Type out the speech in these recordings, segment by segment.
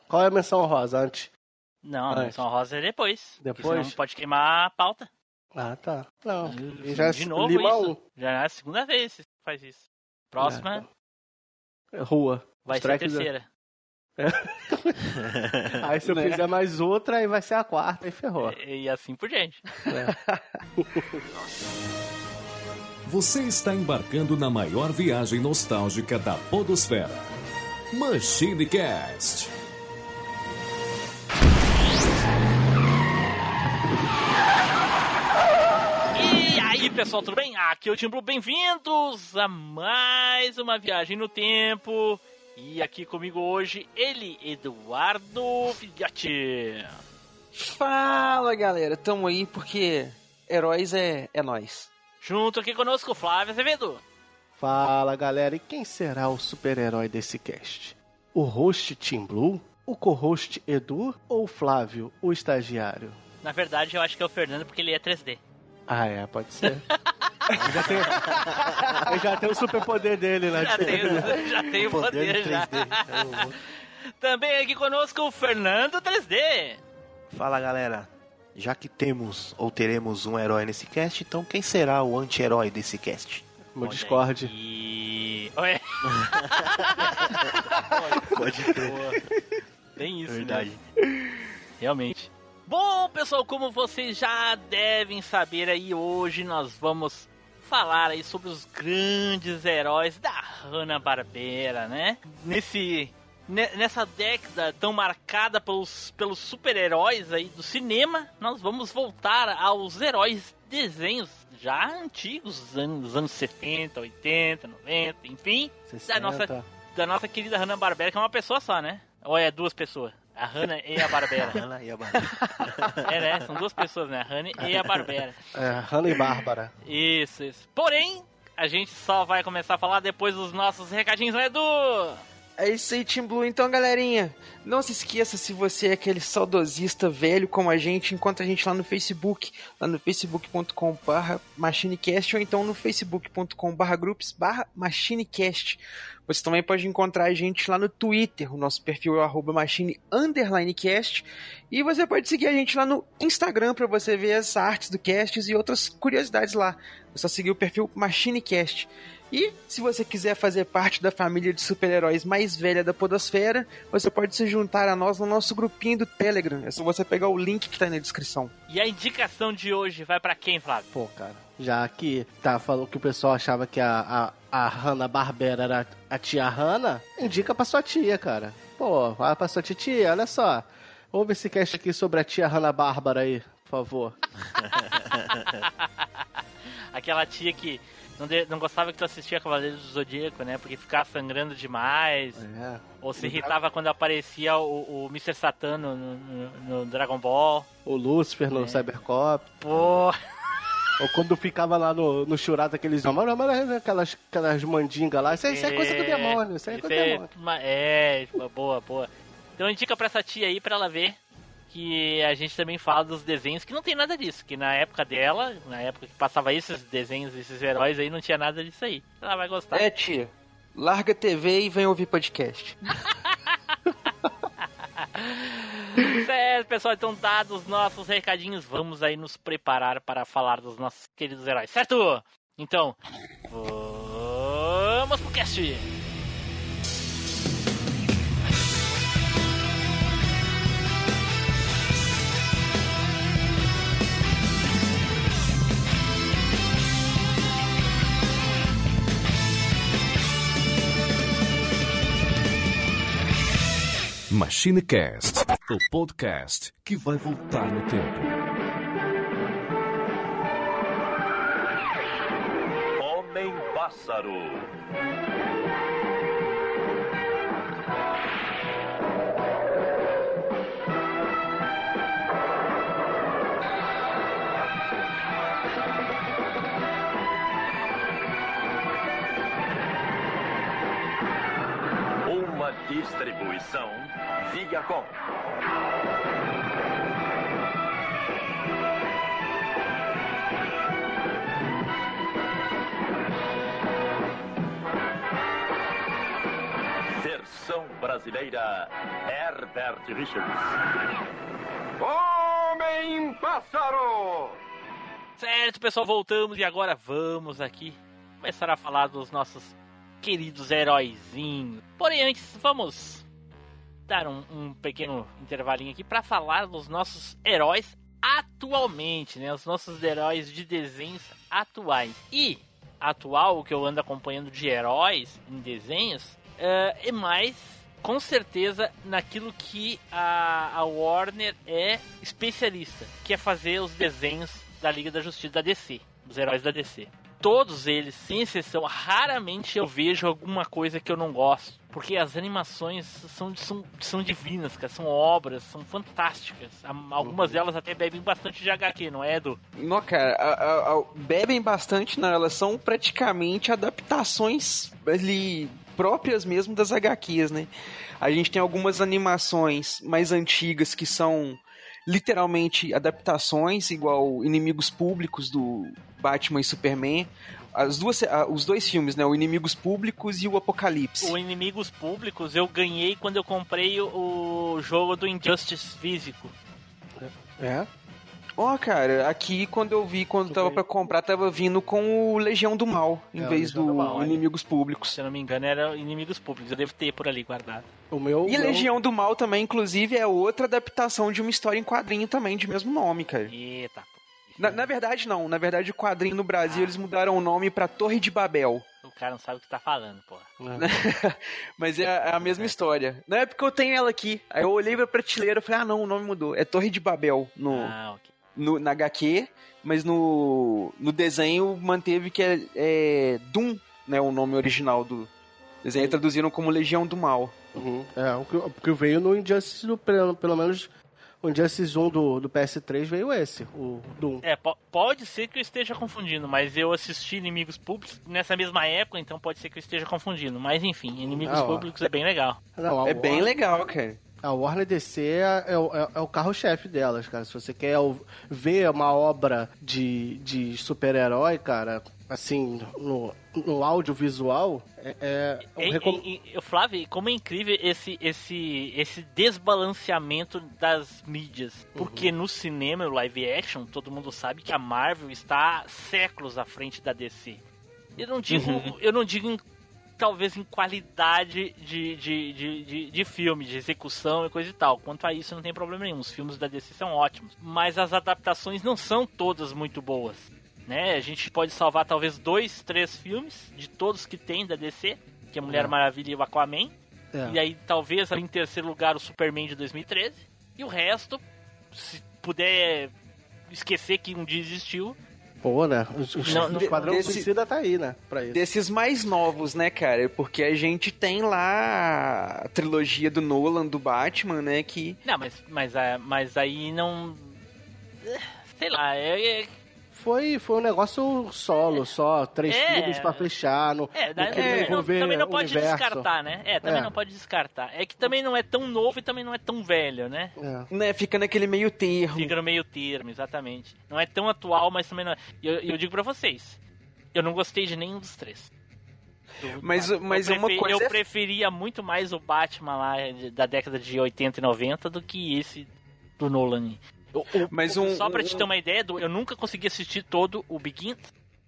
Qual é a menção honrosa antes? Não, a menção honrosa é depois. Depois? Senão pode queimar a pauta. Ah, tá. Não. Já de novo Lima isso. 1. Já é a segunda vez que você faz isso. Próxima. Rua. Vai ser a terceira. Aí se eu fizer mais outra, aí vai ser a quarta e ferrou. E assim por diante. Você está embarcando na maior viagem nostálgica da podosfera. MachineCast. E aí, pessoal, tudo bem? Aqui é o Tim Blue, bem-vindos a mais uma viagem no tempo. E aqui comigo hoje, ele, Eduardo Filhote. Fala, galera, tamo aí porque heróis é nós. Junto aqui conosco, Flávio Azevedo. Fala, galera, e quem será o super-herói desse cast? O host Tim Blue? O co-host Edu? Ou o Flávio, o estagiário? Na verdade, eu acho que é o Fernando porque ele é 3D. Ah, pode ser. Ele já tem o superpoder dele, né? Já tem o poder já. Também aqui conosco o Fernando 3D. Fala, galera. Já que temos ou teremos um herói nesse cast, então quem será o anti-herói desse cast? Meu Discord. Oi. Pode ter. Tem isso, verdade. Né? Realmente. Bom, pessoal, como vocês já devem saber aí, hoje nós vamos falar aí sobre os grandes heróis da Hanna-Barbera, né? Nessa década tão marcada pelos super-heróis aí do cinema, nós vamos voltar aos heróis desenhos já antigos, dos anos 70, 80, 90, enfim, 60. da nossa querida Hanna-Barbera, que é uma pessoa só, né? Ou é duas pessoas? A Hanna e a Barbera. Hanna e a Barbera. Né? São duas pessoas, né? A Hanna e a Barbera. Hanna e Bárbara. Isso. Porém, a gente só vai começar a falar depois dos nossos recadinhos, né, Edu? É isso aí, Tim Blue. Então, galerinha, não se esqueça, se você é aquele saudosista velho como a gente, encontra a gente lá no Facebook, lá no facebook.com/machinecast ou então no facebook.com/groups/machinecast. Você também pode encontrar a gente lá no Twitter, o nosso perfil é @machine_cast, e você pode seguir a gente lá no Instagram para você ver as artes do cast e outras curiosidades lá. É só seguir o perfil MachineCast. E se você quiser fazer parte da família de super-heróis mais velha da podosfera, você pode se juntar a nós no nosso grupinho do Telegram. É só você pegar o link que tá aí na descrição. E a indicação de hoje vai pra quem, Flávio? Pô, cara, já que falou que o pessoal achava que a Hanna-Barbera era a tia Hanna, indica pra sua tia, cara. Pô, vai pra sua tia, olha só. Ouve esse cast aqui sobre a tia Hanna-Bárbara aí, por favor. Aquela tia que não gostava que tu assistia Cavaleiros do Zodíaco, né? Porque ficava sangrando demais. Ou se irritava quando aparecia o Mr. Satan no Dragon Ball. O Lúcifer no Cybercop. Pô... Ou quando ficava lá no churrasco aqueles... Aquelas mandingas lá. Isso é coisa do demônio. Isso é coisa do demônio. Boa. Então indica pra essa tia aí pra ela ver que a gente também fala dos desenhos, que não tem nada disso, que na época dela, na época que passava esses desenhos, esses heróis aí, não tinha nada disso aí. Ela vai gostar. É, tia, larga a TV e vem ouvir podcast. Certo, pessoal, então dados os nossos recadinhos, vamos aí nos preparar para falar dos nossos queridos heróis, certo? Então, vamos pro cast! MachineCast, o podcast que vai voltar no tempo. Homem-Pássaro. Uma distribuição Viacom. Versão brasileira, Herbert Richards. Homem-Pássaro! Certo, pessoal, voltamos e agora vamos aqui começar a falar dos nossos queridos heróizinhos. Porém, antes, vamos dar um pequeno intervalinho aqui para falar dos nossos heróis atualmente, né? Os nossos heróis de desenhos atuais. E atual, o que eu ando acompanhando de heróis em desenhos, é mais, com certeza, naquilo que a Warner é especialista, que é fazer os desenhos da Liga da Justiça da DC, dos heróis da DC. Todos eles, sem exceção, raramente eu vejo alguma coisa que eu não gosto. Porque as animações são divinas, cara. São obras, são fantásticas. Algumas delas até bebem bastante de HQ, não é, Edu? Não, cara, bebem bastante, não. Elas são praticamente adaptações ali próprias mesmo das HQs, né? A gente tem algumas animações mais antigas que são literalmente adaptações, igual Inimigos Públicos do Batman e Superman. Os dois filmes, né? O Inimigos Públicos e o Apocalipse. O Inimigos Públicos eu ganhei quando eu comprei o jogo do Injustice físico. É? Ó, cara, aqui quando tava pra comprar, tava vindo com o Legião do Mal, em vez do Inimigos Públicos. Se eu não me engano, era Inimigos Públicos. Eu devo ter por ali guardado. Legião do Mal também, inclusive, é outra adaptação de uma história em quadrinho também, de mesmo nome, cara. Eita, pô. Na verdade, não. Na verdade, o quadrinho no Brasil, eles mudaram o nome pra Torre de Babel. O cara não sabe o que tá falando, pô. Mas é a mesma história. Não é porque eu tenho ela aqui. Aí eu olhei pra prateleira e falei, não, o nome mudou. É Torre de Babel ok. Na HQ, mas no desenho manteve que é Doom, né, o nome original do desenho. Traduziram como Legião do Mal. Uhum. O que veio no Injustice, pelo menos o Injustice 1 do PS3 veio esse, o Doom. Pode ser que eu esteja confundindo, mas eu assisti Inimigos Públicos nessa mesma época, então pode ser que eu esteja confundindo. Mas enfim, Inimigos Públicos é bem legal. Não, bem legal, cara. A Warner DC é o carro-chefe delas, cara. Se você quer ver uma obra de super-herói, cara, assim, no audiovisual, Flávio, como é incrível esse desbalanceamento das mídias. Porque no cinema, o live action, todo mundo sabe que a Marvel está séculos à frente da DC. Eu não digo talvez em qualidade de filme, de execução e coisa e tal. Quanto a isso não tem problema nenhum, os filmes da DC são ótimos. Mas as adaptações não são todas muito boas, né? A gente pode salvar talvez 2, 3 filmes de todos que tem da DC, que é Mulher Maravilha e o Aquaman. E aí talvez ali em terceiro lugar o Superman de 2013. E o resto, se puder esquecer que um dia existiu. Pô, né? O Esquadrão Suicida tá aí, né? Pra isso. Desses mais novos, né, cara? Porque a gente tem lá a trilogia do Nolan, do Batman, né? Que... Não, mas aí não... Sei lá, Foi um negócio solo, só 3 filmes pra fechar. Também não pode descartar, né? Também não pode descartar. É que também não é tão novo e também não é tão velho, né? Né, fica naquele meio termo. Fica no meio termo, exatamente. Não é tão atual, mas também não é. Eu digo pra vocês, eu não gostei de nenhum dos 3. Mas uma coisa... Eu preferia muito mais o Batman lá da década de 80 e 90 do que esse do Nolan. Só pra te ter uma ideia, eu nunca consegui assistir todo o Begins.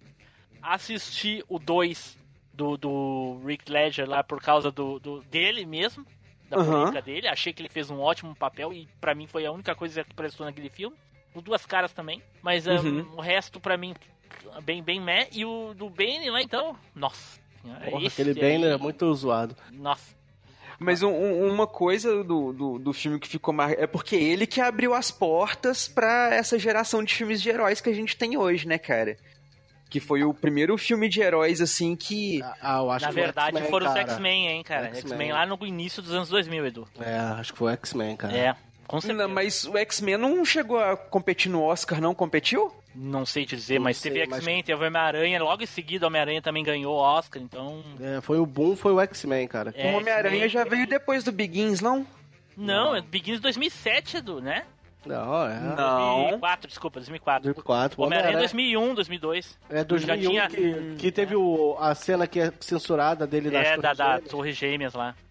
Assisti o 2 do Rick Ledger lá por causa dele mesmo, da política dele. Achei que ele fez um ótimo papel e pra mim foi a única coisa que prestou naquele filme. Os Duas Caras também, mas o resto pra mim bem meh. E o do Bane lá então, nossa. Aquele Bane é muito zoado. Nossa. Mas uma coisa do filme que ficou marcado é porque ele que abriu as portas pra essa geração de filmes de heróis que a gente tem hoje, né, cara? Que foi o primeiro filme de heróis, assim, que... eu acho Na verdade, foram os cara. X-Men, hein, cara? X-Men lá no início dos anos 2000, Edu. Acho que foi o X-Men, cara. Com certeza. Não, mas o X-Men não chegou a competir no Oscar, não? Competiu? Não sei te dizer, mas teve X-Men, teve Homem-Aranha, logo em seguida o Homem-Aranha também ganhou o Oscar, então... foi o boom, foi o X-Men, cara. O Homem-Aranha já veio depois do Begins, não? Não, é Begins 2007, Edu, né? Não. 2004, desculpa, 2004. O Homem-Aranha 2001, 2002. 2001 que teve a cena que é censurada dele nas da Torre Gêmeas lá.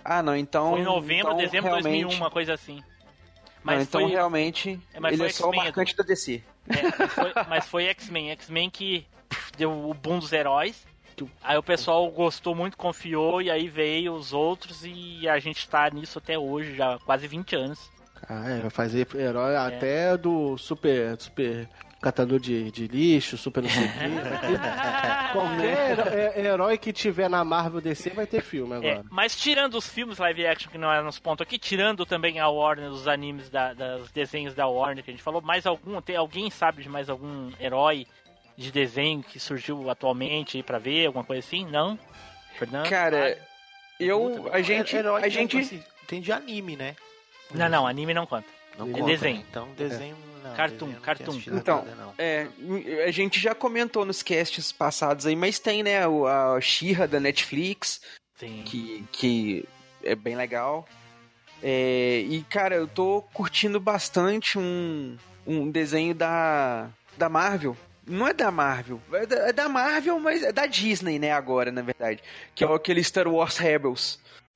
Ah, não, então... Foi em novembro, então, dezembro de realmente... 2001, uma coisa assim. Mas não, então realmente ele é só o marcante da DC. Mas foi X-Men. X-Men que deu o boom dos heróis. Aí o pessoal gostou muito, confiou, e aí veio os outros, e a gente tá nisso até hoje, já quase 20 anos. Vai fazer herói até do super catador de lixo, super não sei o quê. Qualquer herói que tiver na Marvel DC vai ter filme agora. Mas tirando os filmes live action, que não é nos pontos aqui, tirando também a Warner, os animes dos desenhos da Warner que a gente falou, mais algum, alguém sabe de mais algum herói de desenho que surgiu atualmente aí pra ver, alguma coisa assim? Não? Fernando? Cara, a gente assim, tem de anime, né? Não, anime não conta. Não é conta, desenho. Né? Então, desenho... Não, cartoon. Então, a gente já comentou nos casts passados aí, mas tem, né, a She-Ra da Netflix, sim. Que é bem legal. E, cara, eu tô curtindo bastante um desenho da Marvel. Não é da Marvel, é da Marvel, mas é da Disney, né, agora, na verdade. Que é aquele Star Wars Rebels.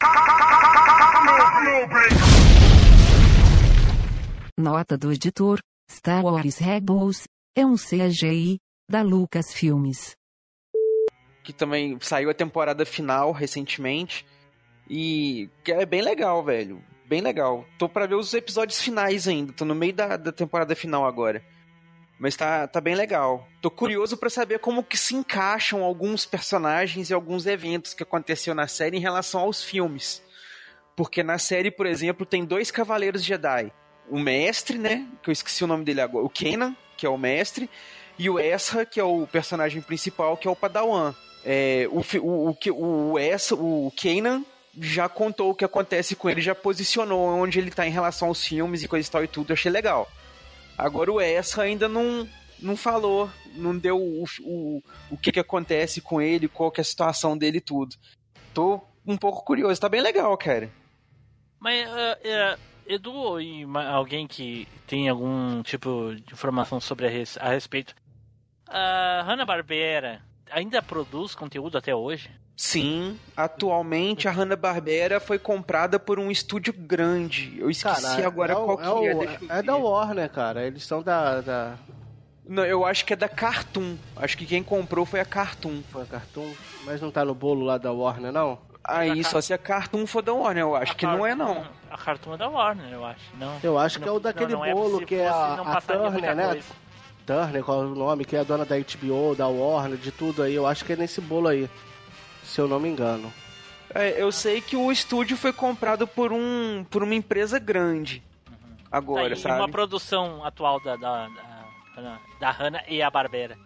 Nota do editor: Star Wars Rebels é um CGI da Lucasfilmes. Que também saiu a temporada final recentemente. E que é bem legal, velho. Bem legal. Tô pra ver os episódios finais ainda. Tô no meio da temporada final agora. Mas tá bem legal. Tô curioso pra saber como que se encaixam alguns personagens e alguns eventos que aconteceu na série em relação aos filmes. Porque na série, por exemplo, tem 2 Cavaleiros Jedi. O mestre, né? Que eu esqueci o nome dele agora. O Kanan, que é o mestre. E o Ezra, que é o personagem principal, que é o Padawan. O Kanan já contou o que acontece com ele, já posicionou onde ele tá em relação aos filmes e coisa e tal e tudo. Eu achei legal. Agora o Ezra ainda não falou, não deu o que acontece com ele, qual que é a situação dele e tudo. Tô um pouco curioso, tá bem legal, cara. Mas, Edu, e alguém que tem algum tipo de informação sobre a respeito, a Hanna-Barbera ainda produz conteúdo até hoje? Sim, atualmente a Hanna-Barbera foi comprada por um estúdio grande. Eu esqueci agora qual que é. É da Warner, cara. Eles são da... Não, eu acho que é da Cartoon. Acho que quem comprou foi a Cartoon. Foi a Cartoon? Mas não tá no bolo lá da Warner, não? Aí, só se a Cartoon for da Warner, eu acho que não é, não. A Cartoon é da Warner, eu acho. Não. Eu acho que é o daquele bolo que é a Turner, né? Turner, qual é o nome? Que é a dona da HBO, da Warner, de tudo aí. Eu acho que é nesse bolo aí. Se eu não me engano. Eu sei que o estúdio foi comprado por uma empresa grande. Agora, tá, sabe? E uma produção atual da Hanna e a Barbera.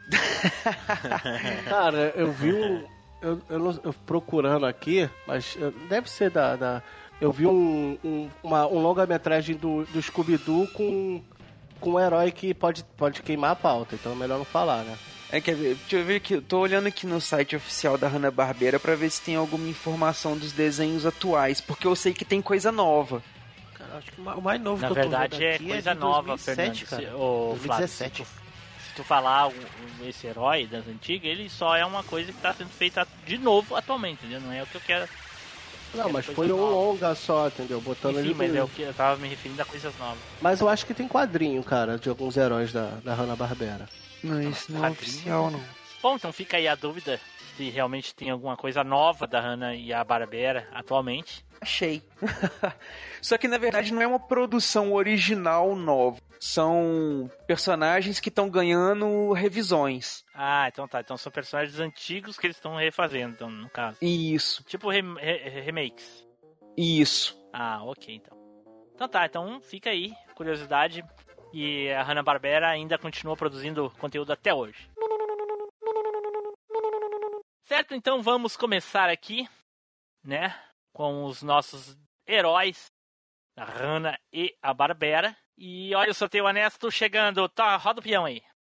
Cara, eu vi eu procurando aqui, mas deve ser eu vi um longa-metragem do Scooby-Doo com um herói que pode queimar a pauta, então é melhor não falar, né? Quer ver, deixa eu ver aqui, tô olhando aqui no site oficial da Hanna-Barbera pra ver se tem alguma informação dos desenhos atuais, porque eu sei que tem coisa nova. Cara, acho que o mais novo na que verdade, eu tô vendo aqui é coisa nova, 2007, Fernando. cara. 2017. Se tu falar esse herói das antigas, ele só é uma coisa que tá sendo feita de novo atualmente, entendeu? Não é o que eu quero. Não, mas foi um longa só, entendeu? Botando Enfim, mas é o que eu tava me referindo a coisas novas. Mas eu acho que tem quadrinho, cara, de alguns heróis da Hanna-Barbera. Não, isso não é oficial, não. Bom, então fica aí a dúvida se realmente tem alguma coisa nova da Hanna e a Barbera atualmente. Achei. Só que na verdade não é uma produção original nova. São personagens que estão ganhando revisões. Ah, então tá. Então são personagens antigos que eles estão refazendo, então, no caso. Isso. Tipo remakes. Isso. Ah, ok, então. Então tá, então fica aí, curiosidade. E a Hanna-Barbera ainda continua produzindo conteúdo até hoje. Certo, então vamos começar aqui, né? Com os nossos heróis, a Hanna e a Barbera. E olha o sorteio honesto chegando. Tá, roda o peão aí.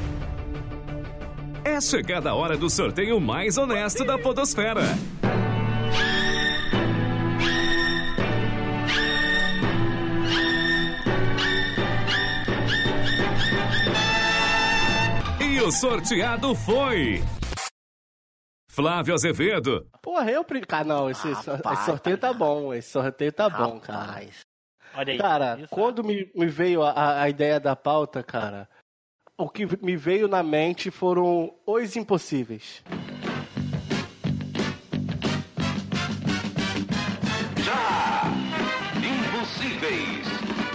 É chegada a hora do sorteio mais honesto da podosfera. E o sorteado foi... Flávio Azevedo. Porra, não, esse sorteio tá bom. Esse sorteio tá bom, cara. Olha aí. Cara, Isso. quando me veio a ideia da pauta, cara, o que me veio na mente foram Os Impossíveis. Já! Impossíveis!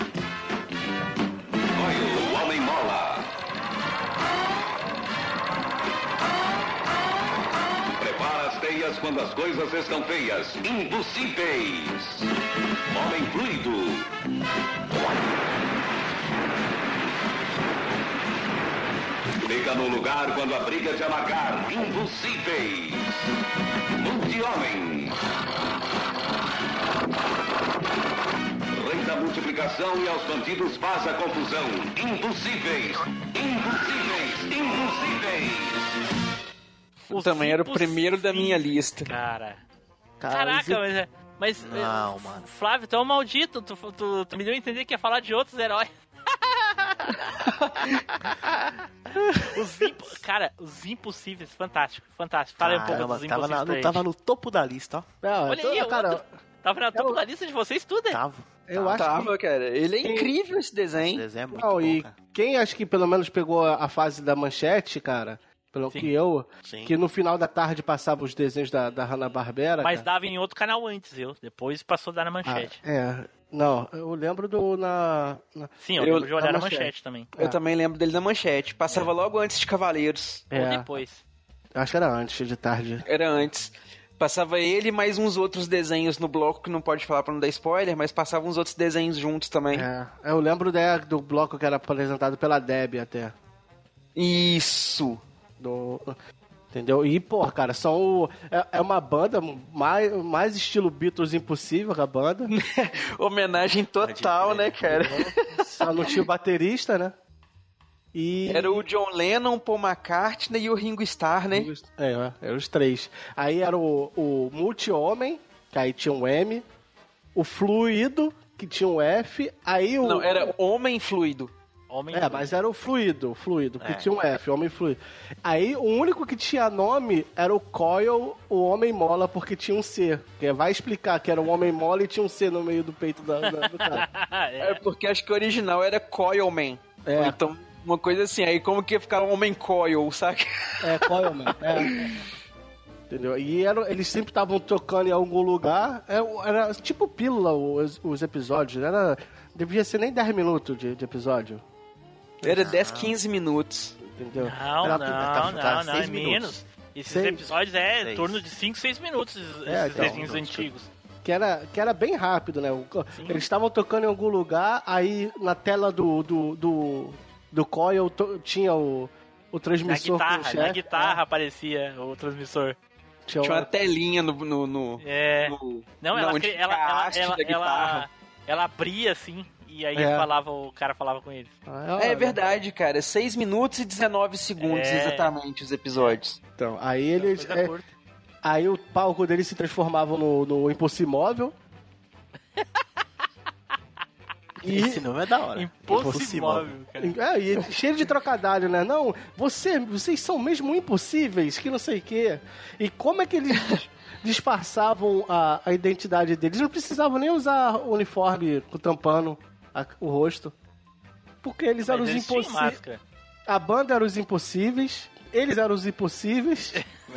Coil, o Homem Mola. Prepara as teias quando as coisas estão feias. Impossíveis! Homem Fluido. Fica no lugar quando a briga te amargar. Impossíveis! Multi-Homem. Rei da multiplicação e aos bandidos faz a confusão. Impossíveis! Impossíveis! Impossíveis! Também era o primeiro da minha lista. Caraca, mas Não, mano. Flávio, tu é um maldito. Tu me deu a entender que ia falar de outros heróis. Os Impossíveis, fantástico. Fala aí um pouco dos Impossíveis pra Tava no topo da lista, ó. Não, Olha aí, cara, tava na topo da lista de vocês tudo, hein? Tava. eu acho Tava, cara. Ele é incrível esse Esse desenho. desenho é que... muito Não, bom, e cara. quem acho que pelo menos pegou a fase da Manchete, cara, pelo Sim. que eu, Sim. que no final da tarde passava os desenhos da Hanna-Barbera, Mas cara. dava em outro canal antes, depois passou a dar na Manchete. Não, eu lembro Sim, eu lembro de olhar na Manchete também. Eu também lembro dele na Manchete. Passava logo antes de Cavaleiros. Ou depois. Acho que era antes de tarde. Era antes. Passava ele e mais uns outros desenhos no bloco, que não pode falar pra não dar spoiler, mas passava uns outros desenhos juntos também. Eu lembro do bloco que era apresentado pela Debbie até. Isso! Entendeu? E, pô, cara, é uma banda mais estilo Beatles impossível que a banda. Homenagem total, né, cara? Só não tinha o baterista, né? E... Era o John Lennon, o Paul McCartney e o Ringo Starr, né? Eram os três. Aí era o Multi-Homem, que aí tinha um M. O Fluido, que tinha um F. Aí o... Não, era Homem Fluido. Mas era o Fluido, que tinha um F, Homem Fluido. Aí o único que tinha nome era o Coil, o Homem Mola, porque tinha um C. Que vai explicar que era um Homem Mola e tinha um C no meio do peito do cara. É porque acho que o original era Coilman. Ou então, uma coisa assim. Aí como que ia ficar Homem Coil, saca? Coilman. Entendeu? E eles sempre estavam tocando em algum lugar. Era tipo pílula os episódios. Devia ser nem 10 minutos de episódio. Era 10, 15 minutos. Entendeu? Não, é menos. Esses episódios em 6. torno de 5, 6 minutos, esses desenhos antigos. Que era bem rápido, né? Eles estavam tocando em algum lugar, aí na tela do Coil tinha o transmissor. Na guitarra aparecia o transmissor. Tinha uma telinha no Não, ela abria assim. E aí o cara falava com eles. É verdade, cara. 6 minutos e 19 segundos exatamente os episódios. Então, aí eles... Aí o palco deles se transformava no Impossível. Esse nome é da hora. Impossível, cara. E cheio de trocadilho, né? Não, vocês são mesmo impossíveis, que não sei o quê. E como é que eles disfarçavam a identidade deles? Não precisavam nem usar o uniforme tampando o rosto. Porque eles eram os impossíveis. A banda era os impossíveis. Eles eram os impossíveis.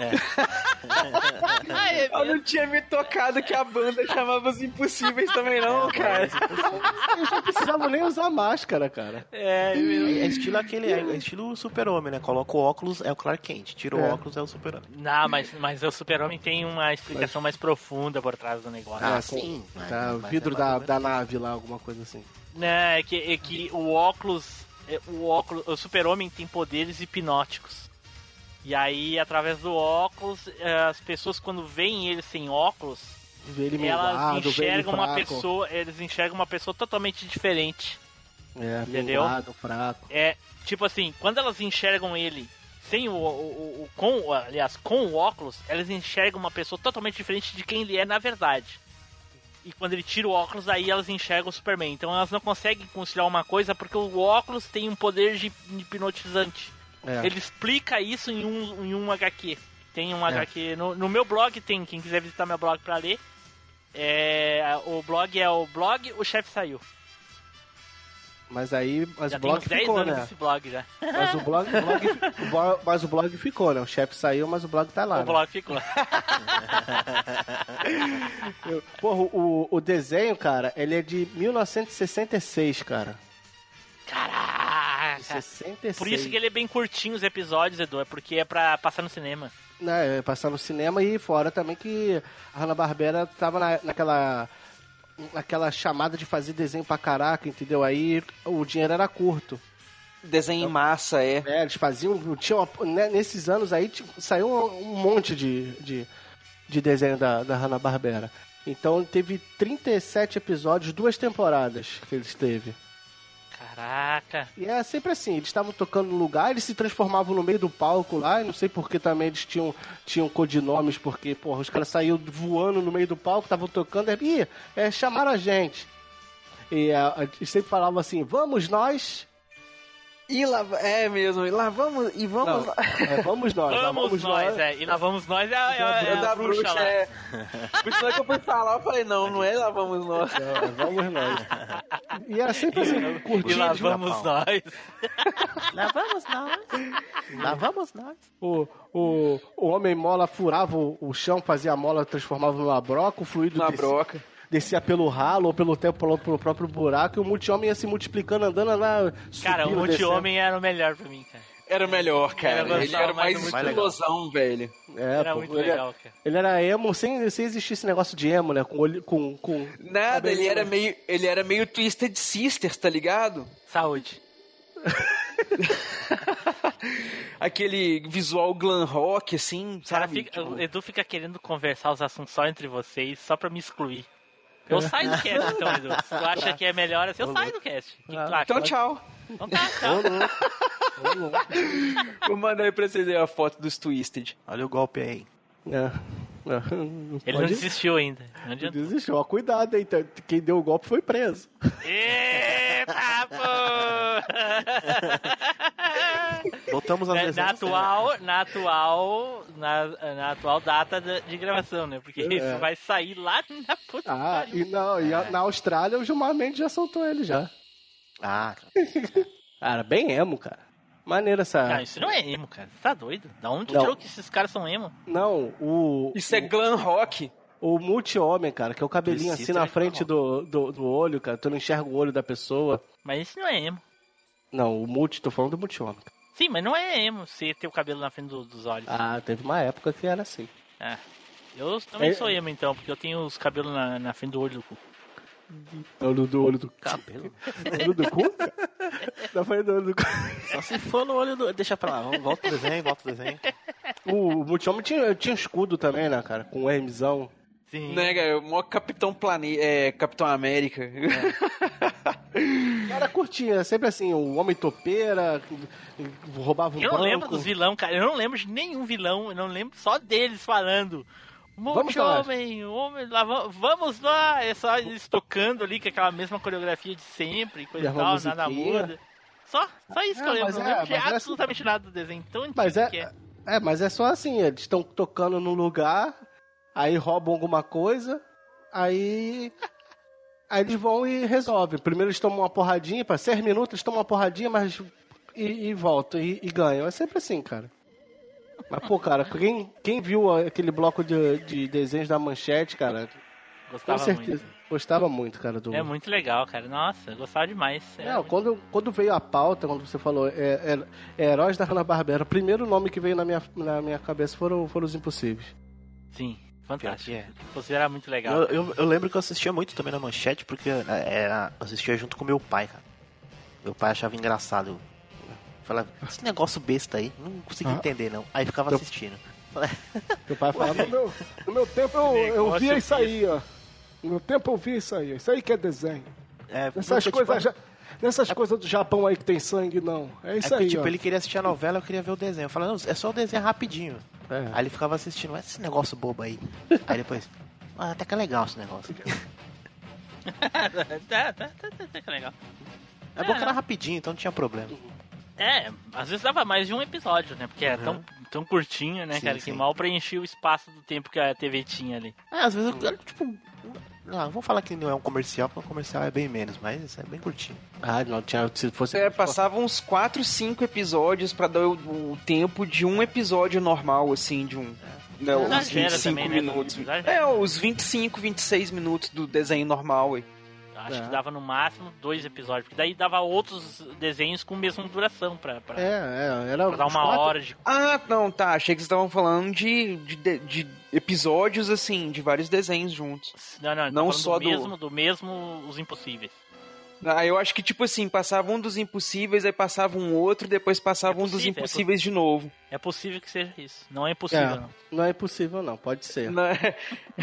Eu não tinha me tocado que a banda chamava os impossíveis também não, cara. Eles não precisavam nem usar máscara, cara. É estilo é estilo Super-Homem, né? Coloca o óculos, é o Clark Kent. Tira o óculos, é o Super-Homem. Não, mas o Super-Homem tem uma explicação mais profunda por trás do negócio. Sim. Tá, o vidro da nave lá, alguma coisa assim. Não, é que o óculos... O Super-Homem tem poderes hipnóticos. E aí, através do óculos, as pessoas quando veem ele sem óculos, elas enxergam eles enxergam uma pessoa totalmente diferente. Entendeu? Fraco. Tipo assim, quando elas enxergam ele sem com o óculos, elas enxergam uma pessoa totalmente diferente de quem ele é na verdade. E quando ele tira o óculos, aí elas enxergam o Superman. Então elas não conseguem conciliar uma coisa porque o óculos tem um poder hipnotizante. Ele explica isso em um HQ. Tem um HQ no meu blog, tem, quem quiser visitar meu blog pra ler. O blog é o blog O Chefe Saiu. Mas aí, Já o blog tem uns 10 ficou, anos né? esse blog já. Mas o blog ficou, né? O chefe saiu, mas o blog tá lá. O né? blog ficou. Porra, o desenho, cara, ele é de 1966, cara. Caraca! De 66. Por isso que ele é bem curtinho os episódios, Edu, é porque é pra passar no cinema. Né, passar no cinema e fora também que a Hanna-Barbera tava naquela chamada de fazer desenho pra caraca, entendeu? Aí o dinheiro era curto. Desenho em massa, Eles faziam... nesses anos aí saiu um monte de desenho da Hanna-Barbera. Então teve 37 episódios, 2 temporadas que eles teve. Caraca! E é sempre assim, eles estavam tocando no lugar, eles se transformavam no meio do palco lá, e não sei porque também eles tinham codinomes, porque, porra, os caras saíam voando no meio do palco, estavam tocando, chamaram a gente. E sempre falavam assim, vamos nós... E lá, mesmo, e lá vamos, e vamos lá. Vamos nós, Vamos nós. E lá vamos nós é da a bruxa lá. Por isso que eu fui falar, eu falei, não é lá vamos nós. Vamos nós. E era sempre assim, curtindo. E lá vamos nós. Lá vamos nós. Lá vamos nós. O homem-mola furava o chão, fazia a mola, transformava numa broca, o fluido descia pelo ralo ou pelo próprio buraco, e o multi-homem ia se multiplicando, andando lá. Cara, o multi-homem era o melhor pra mim, cara. Era o melhor, cara. Ele era mais explosão, velho. Era muito legal, cara. Ele era emo sem existir esse negócio de emo, né? Com olho. Com Nada, ele era meio Twisted Sisters, tá ligado? Saúde. Aquele visual glam rock, assim, sabe? O Edu fica querendo conversar os assuntos só entre vocês, só pra me excluir. Eu saio do cast, então, Edu. Se tu acha que é melhor assim, eu saio do cast. O que tu acha? Então, tchau. Então tá, tchau. Vou mandar aí pra vocês a foto dos Twisted. Olha o golpe aí. Ele não desistiu ainda. Não adianta. Desistiu. Ó, cuidado, hein? Quem deu o golpe foi preso. Eita, pô! Voltamos aos desenhos. Na atual data de gravação, né? Porque isso vai sair lá na puta. Na Austrália o Gilmar Mendes já soltou ele já. Cara, bem emo, cara. Maneiro essa... Cara, isso não é emo, cara. Você tá doido? Da onde tu tirou que esses caras são emo? Não, Isso é glam rock. O multi-homem, cara, que é o cabelinho assim na frente do olho, cara. Tu não enxerga o olho da pessoa. Mas isso não é emo. Não, tô falando do multi-homem. Sim, mas não é emo você ter o cabelo na frente dos olhos. Teve uma época que era assim. Eu também sou emo, então, porque eu tenho os cabelos na frente do olho do cu. Do olho do cabelo? Olho do cu? Na frente do olho do cu. Só se for no olho do... Deixa pra lá, volta o desenho. O multi-homem tinha escudo também, né, cara? Com um Rmzão. Sim. Né, cara? O maior Capitão América. Cara, curtia, sempre assim, o homem topeira, roubava um banco. Eu não lembro dos vilão, cara. Eu não lembro de nenhum vilão. Eu não lembro só deles falando. Multi-homem, vamos lá. É só eles tocando ali com aquela mesma coreografia de sempre, coisa e tal, nada muda. Só isso que eu lembro. Não lembro de absolutamente nada do desenho. Tão antigo que é. Mas é só assim, eles estão tocando num lugar, aí roubam alguma coisa, aí eles vão e resolvem. Primeiro eles tomam uma porradinha, para 6 minutos eles tomam uma porradinha, mas e voltam e ganham. É sempre assim, cara. Mas, pô, cara, quem viu aquele bloco de desenhos da Manchete, cara, gostava com certeza. Muito. Gostava muito, cara. É muito legal, cara. Nossa, eu gostava demais. Quando veio a pauta, quando você falou Heróis da Hanna-Barbera, o primeiro nome que veio na minha cabeça foram os Impossíveis. Sim, fantástico. Você era muito legal. Eu lembro que eu assistia muito também na Manchete, porque eu assistia junto com meu pai, cara. Meu pai achava engraçado. Falava, esse negócio besta aí, não consegui entender não. Aí ficava assistindo. Meu pai falava, no meu tempo eu via isso aí, ó. No meu tempo eu via isso aí. Isso aí que é desenho. Nessas coisas do Japão aí que tem sangue, não. É isso aí, ó. Ele queria assistir a novela, eu queria ver o desenho. Eu falava, não, é só o desenho rapidinho. Aí ele ficava assistindo, esse negócio bobo aí. Aí depois, até que é legal esse negócio. Até que é legal. É bom que era rapidinho, então não tinha problema. Às vezes dava mais de um episódio, né? Porque era tão curtinho, né, Sim, cara? sim. Que mal preenchia o espaço do tempo que a TV tinha ali. Às vezes eu, tipo... Não, vamos falar que não é um comercial, porque o comercial é bem menos, mas é bem curtinho. Ah, não tinha. Se fosse. Passava uns 4, 5 episódios pra dar o tempo de um episódio normal, assim, de um... Né, os Exagera 25 também, né? minutos. Exagera. Os 25, 26 minutos do desenho normal, ué. Acho que dava no máximo 2 episódios, porque daí dava outros desenhos com a mesma duração pra Era dar uma hora de... Ah, não, tá. Achei que vocês estavam falando de episódios, assim, de vários desenhos juntos. Não só do mesmo Os Impossíveis. Ah, eu acho que, tipo assim, passava um dos Impossíveis, aí passava um outro, depois passava um dos Impossíveis de novo. É possível que seja isso. Não é impossível, não. Não é impossível, não. Pode ser. Não é...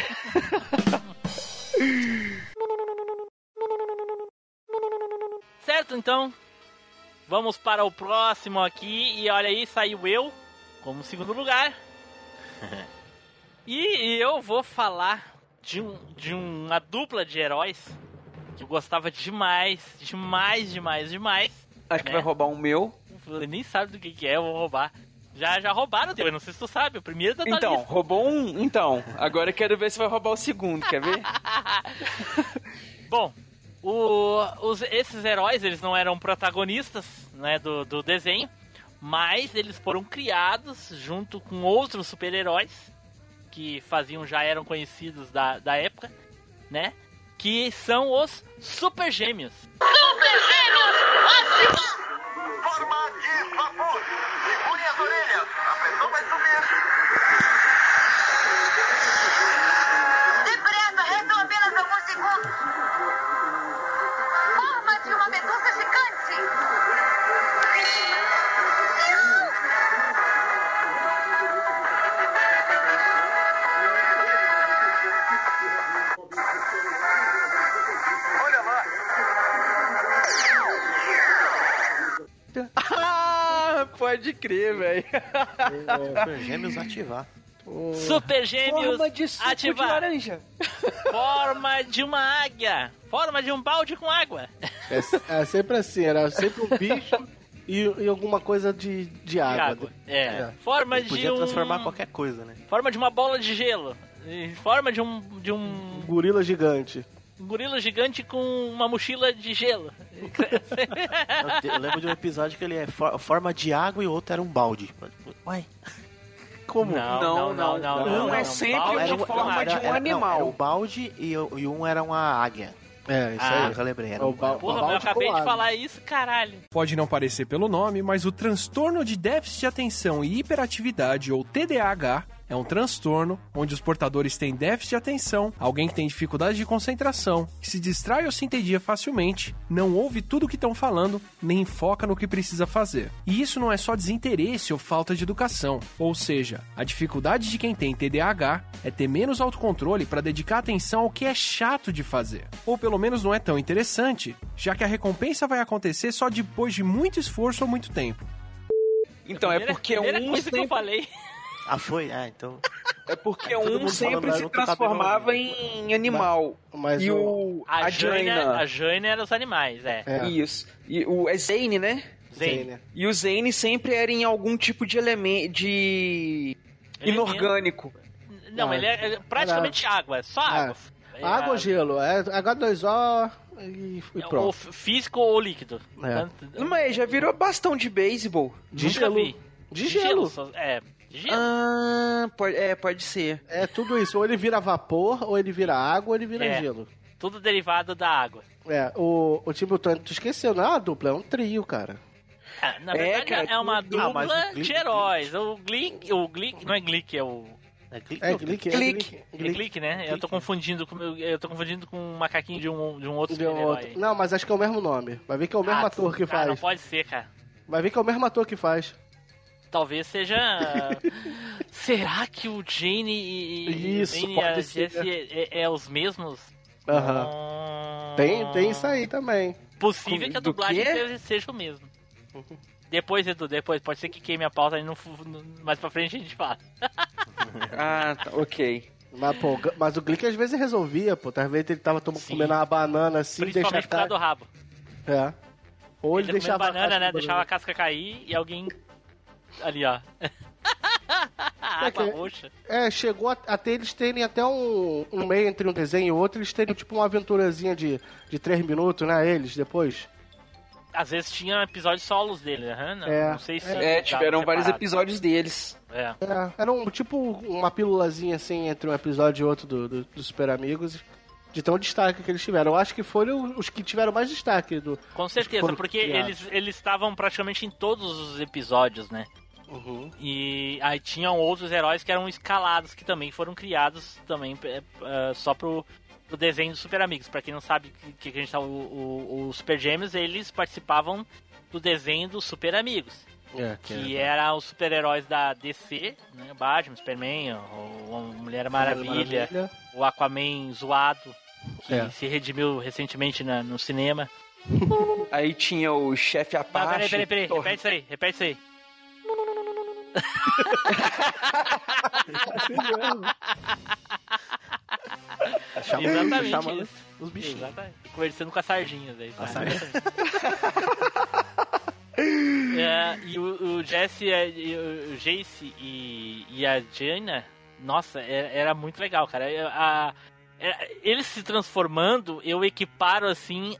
Certo, então. Vamos para o próximo aqui. E olha aí, saiu eu como segundo lugar. E eu vou falar de uma dupla de heróis que eu gostava demais. Acho que vai roubar um meu. Você nem sabe do que é, eu vou roubar. Já roubaram o teu, eu não sei se tu sabe, o primeiro da tua Então, lista. roubou um? Então, agora eu quero ver se vai roubar o segundo, quer ver? Bom, esses heróis, eles não eram protagonistas, né, do desenho, mas eles foram criados junto com outros super-heróis que já eram conhecidos da época, né, que são os Super Gêmeos. Super Gêmeos, ótimo! Forma de vapor. Segurem as orelhas. A pressão vai subir. Depressa, restam apenas alguns segundos. Forma de uma medusa gigante. Olha lá. Ah, pode crer, velho. Super Gêmeos ativar. Super Gêmeos Forma de suco ativar. de laranja. Forma de uma águia. Forma de um balde com água. É sempre assim, era sempre um bicho e alguma coisa de água. É. Forma de Podia transformar qualquer coisa, né? Forma de uma bola de gelo. Forma de um Gorila gigante. gorila gigante com uma mochila de gelo. Eu lembro de um episódio que ele é forma de água e o outro era um balde. Uai. Como? Não. Um é sempre balde de forma de um animal. Era um balde e um era uma águia. É, isso aí. Eu já lembrei. Era É o um balde. Porra, mas eu acabei de falar isso, caralho. Pode não parecer pelo nome, mas o transtorno de déficit de atenção e hiperatividade, ou TDAH, é um transtorno onde os portadores têm déficit de atenção, alguém que tem dificuldade de concentração, que se distrai ou se entedia facilmente, não ouve tudo o que estão falando, nem foca no que precisa fazer. E isso não é só desinteresse ou falta de educação, ou seja, a dificuldade de quem tem TDAH é ter menos autocontrole para dedicar atenção ao que é chato de fazer. Ou pelo menos não é tão interessante, já que a recompensa vai acontecer só depois de muito esforço ou muito tempo. Então, é porque primeira um coisa que eu sempre... falei. Ah, foi? Ah, então... É porque Todo um mundo sempre falando se junto, tá transformava bem em animal. Mas E A Jaina. Jaina era os animais, Isso. E é Zane, né? Zane. E o Zane sempre era em algum tipo de elemento de inorgânico. Não, ele é praticamente água, só água. Água ou gelo? É H2O e Ou pronto. físico ou líquido. É. Mas já virou bastão de beisebol. De Nunca gelo. vi. De gelo. De gelo. Ah, pode ser. É tudo isso. Ou ele vira vapor, ou ele vira água, ou ele vira gelo. Tudo derivado da água. O time Butônico, tu esqueceu, não é uma dupla, é um trio, cara. Na verdade, cara, é uma dupla mas o Glick- de heróis. O Glick, não é Glick, é o... É clique. É Glick. É Glick, né? Eu tô confundindo com um macaquinho de um outro super-herói. Não, mas acho que é o mesmo nome. Vai ver que é o mesmo ator que Não faz. pode ser, cara. Vai ver que é o mesmo ator que faz. Talvez seja... Será que o Jane e Isso, Jane pode e a ser. Jessie é os mesmos? Aham. Tem isso aí também. Possível que a Do dublagem quê? seja o mesmo. Depois, Edu, pode ser que queime a pauta e mais pra frente a gente fala. Ah, tá, ok. Mas o Glick às vezes resolvia, pô. Às vezes ele tava comendo uma banana assim, Principalmente por causa do rabo. É. Ou ele Ele deixava comendo banana, a né? casca Deixava a casca cair e alguém... Ali, ó. Água roxa. Chegou até eles terem até um meio entre um desenho e outro, eles terem tipo uma aventurazinha de 3 minutos, né? Eles depois. Às vezes tinha episódios solos dele, né? Não sei se... tiveram vários separado. episódios deles. Era tipo uma pílulazinha assim entre um episódio e outro do Super Amigos, de tão destaque que eles tiveram. Eu acho que foram os que tiveram mais destaque. Com certeza, porque eles estavam praticamente em todos os episódios, né? Uhum. E aí tinham outros heróis que eram escalados, que também foram criados também só pro desenho dos Super Amigos. Pra quem não sabe que a gente tá, o Super Gêmeos, eles participavam do desenho dos Super Amigos. Que eram os super-heróis da DC, né? Batman, Superman, a Mulher Maravilha, o Aquaman zoado, que se redimiu recentemente no cinema. Aí tinha o Chefe Apache. Peraí, repete isso aí. Exatamente isso. Os bichinhos. Exatamente. Conversando com as sardinhas aí. E o Jesse, o Jace e a Jaina, nossa, era muito legal, cara. Eles se transformando, eu equiparo assim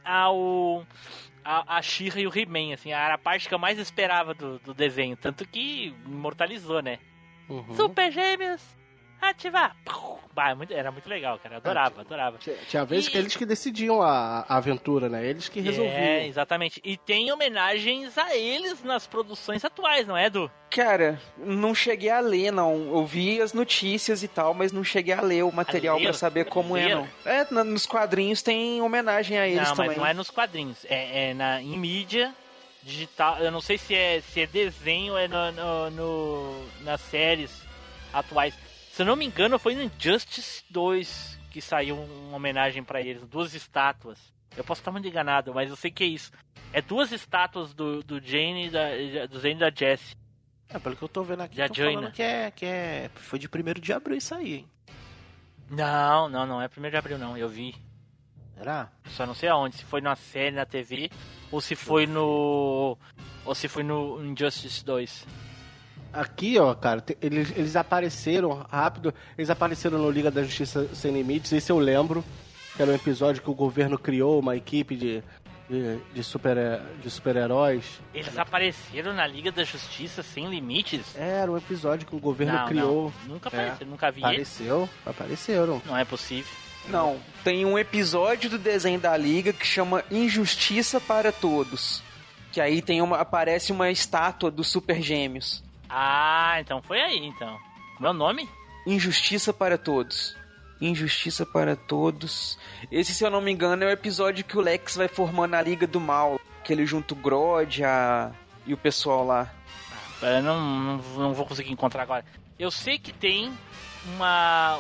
a She-Ra e o He-Man, assim, era a parte que eu mais esperava do desenho, tanto que imortalizou, né? Uhum. Super Gêmeos, ativar! Era muito legal, cara, eu adorava. Tinha vezes que eles que decidiam a aventura, né? Eles que resolviam. Exatamente. E tem homenagens a eles nas produções atuais, não é, Edu? Cara, não cheguei a ler, não. Eu vi as notícias e tal, mas não cheguei a ler o material pra saber como é, não. Nos quadrinhos tem homenagem a eles também. Não, mas não é nos quadrinhos. Em mídia digital. Eu não sei se é desenho ou é nas séries atuais. Se eu não me engano, foi no Injustice 2 que saiu uma homenagem pra eles. 2 estátuas. Eu posso estar muito enganado, mas eu sei que é isso. É 2 estátuas do Jane do Zane e da Jessie. Pelo que eu tô vendo aqui, tô falando que foi de 1º de abril isso aí, hein? Não é 1º de abril não, eu vi. Será? Só não sei aonde, se foi na série, na TV, ou se foi no Injustice 2. Aqui, ó, cara, eles apareceram rápido, eles apareceram no Liga da Justiça Sem Limites, esse eu lembro, que era um episódio que o governo criou uma equipe de super-heróis. Eles apareceram na Liga da Justiça Sem Limites? Era um episódio que o governo criou. Não. Nunca apareceram, nunca vi Apareceram. Não é possível. Não, tem um episódio do desenho da Liga que chama Injustiça para Todos. Que aí aparece uma estátua dos Super Gêmeos. Ah, então foi aí, então. Como é o nome? Injustiça para Todos. Injustiça para Todos. Esse, se eu não me engano, é o episódio que o Lex vai formando a Liga do Mal. Que ele junta o Grodd e o pessoal lá. Eu não vou conseguir encontrar agora. Eu sei que tem uma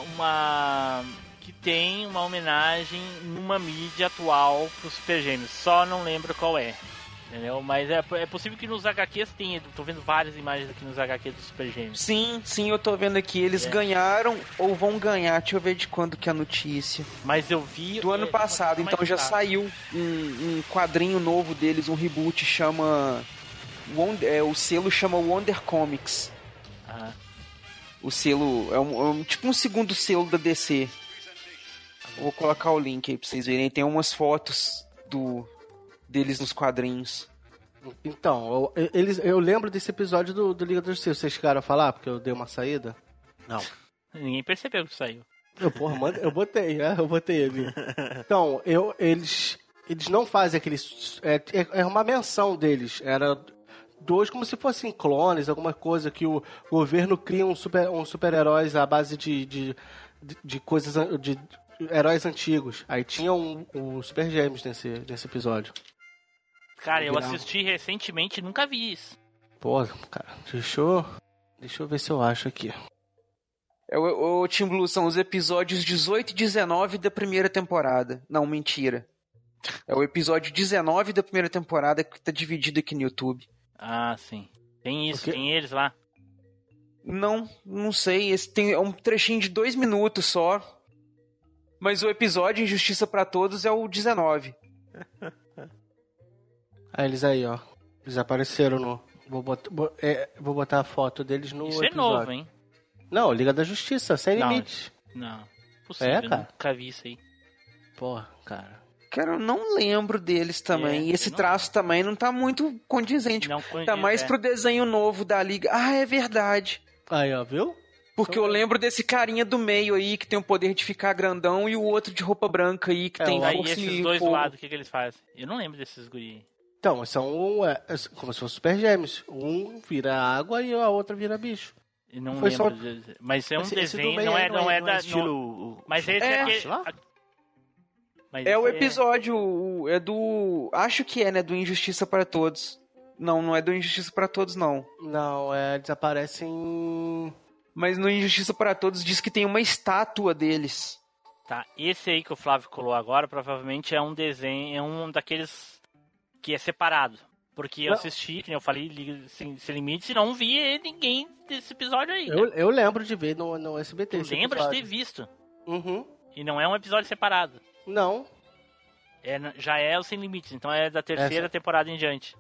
homenagem numa mídia atual pro Super Gêmeos. Só não lembro qual é. Entendeu? Mas é possível que nos HQs tenha. Tô vendo várias imagens aqui nos HQs dos Super Gêmeos. Sim, eu tô vendo aqui. Eles ganharam ou vão ganhar. Deixa eu ver de quando que é a notícia. Mas eu vi... Do ano passado. Então já saiu um quadrinho novo deles, um reboot, chama... o selo chama Wonder Comics. Aham. O selo é tipo um segundo selo da DC. Vou colocar o link aí pra vocês verem. Tem umas fotos deles nos quadrinhos. Então, eu lembro desse episódio do Liga da Justiça. Vocês chegaram a falar? Porque eu dei uma saída? Não. Ninguém percebeu que saiu. Eu botei ali. Então, eles não fazem aqueles... É uma menção deles. Era 2 como se fossem clones, alguma coisa que o governo cria um super-heróis à base de coisas... de heróis antigos. Aí tinha o Super Gêmeos nesse episódio. Cara, eu assisti recentemente e nunca vi isso. Pô, cara, deixa eu ver se eu acho aqui. O Team Blue são os episódios 18 e 19 da primeira temporada. Não, mentira. É o episódio 19 da primeira temporada que tá dividido aqui no YouTube. Ah, sim. Tem isso, tem eles lá. Não sei. Esse tem um trechinho de 2 minutos só. Mas o episódio Injustiça pra Todos é o 19. Eles aí, ó. Eles apareceram Vou botar a foto deles no Isso episódio. é novo, hein? Não, Liga da Justiça, Sem Não. Limites. Não. Possível, É, cara? nunca vi isso aí. Porra, cara. Cara, eu não lembro deles também. E esse eu não traço também não tá muito condizente. Não condiz, Tá mais é. pro desenho novo da Liga. Ah, é verdade. Aí, ó, viu? Porque eu lembro desse carinha do meio aí, que tem o poder de ficar grandão, e o outro de roupa branca aí, que tem Aí força esses e dois fogo. lados, o que eles fazem? Eu não lembro desses guri. Então, são como se fossem super gêmeos. Um vira água e a outra vira bicho. Eu não Foi lembro. só- Mas é um Esse do desenho, meio não aí é, não é da... estilo... Mas esse É. é aquele... Sei lá. Mas É o esse episódio, é do... Acho que é, né, do Injustiça para Todos. Não é do Injustiça para Todos, não. Não, desaparecem... Mas no Injustiça para Todos diz que tem uma estátua deles. Tá, esse aí que o Flávio colou agora, provavelmente é um desenho, é um daqueles que é separado. Porque eu Não. assisti, que nem eu falei, Liga Sem Limites, e não vi ninguém desse episódio aí. Eu lembro de ver no SBT. Tu esse lembra de ter episódio. visto? Uhum. E não é um episódio separado. Não. Já é o Sem Limites, então é da terceira temporada em diante.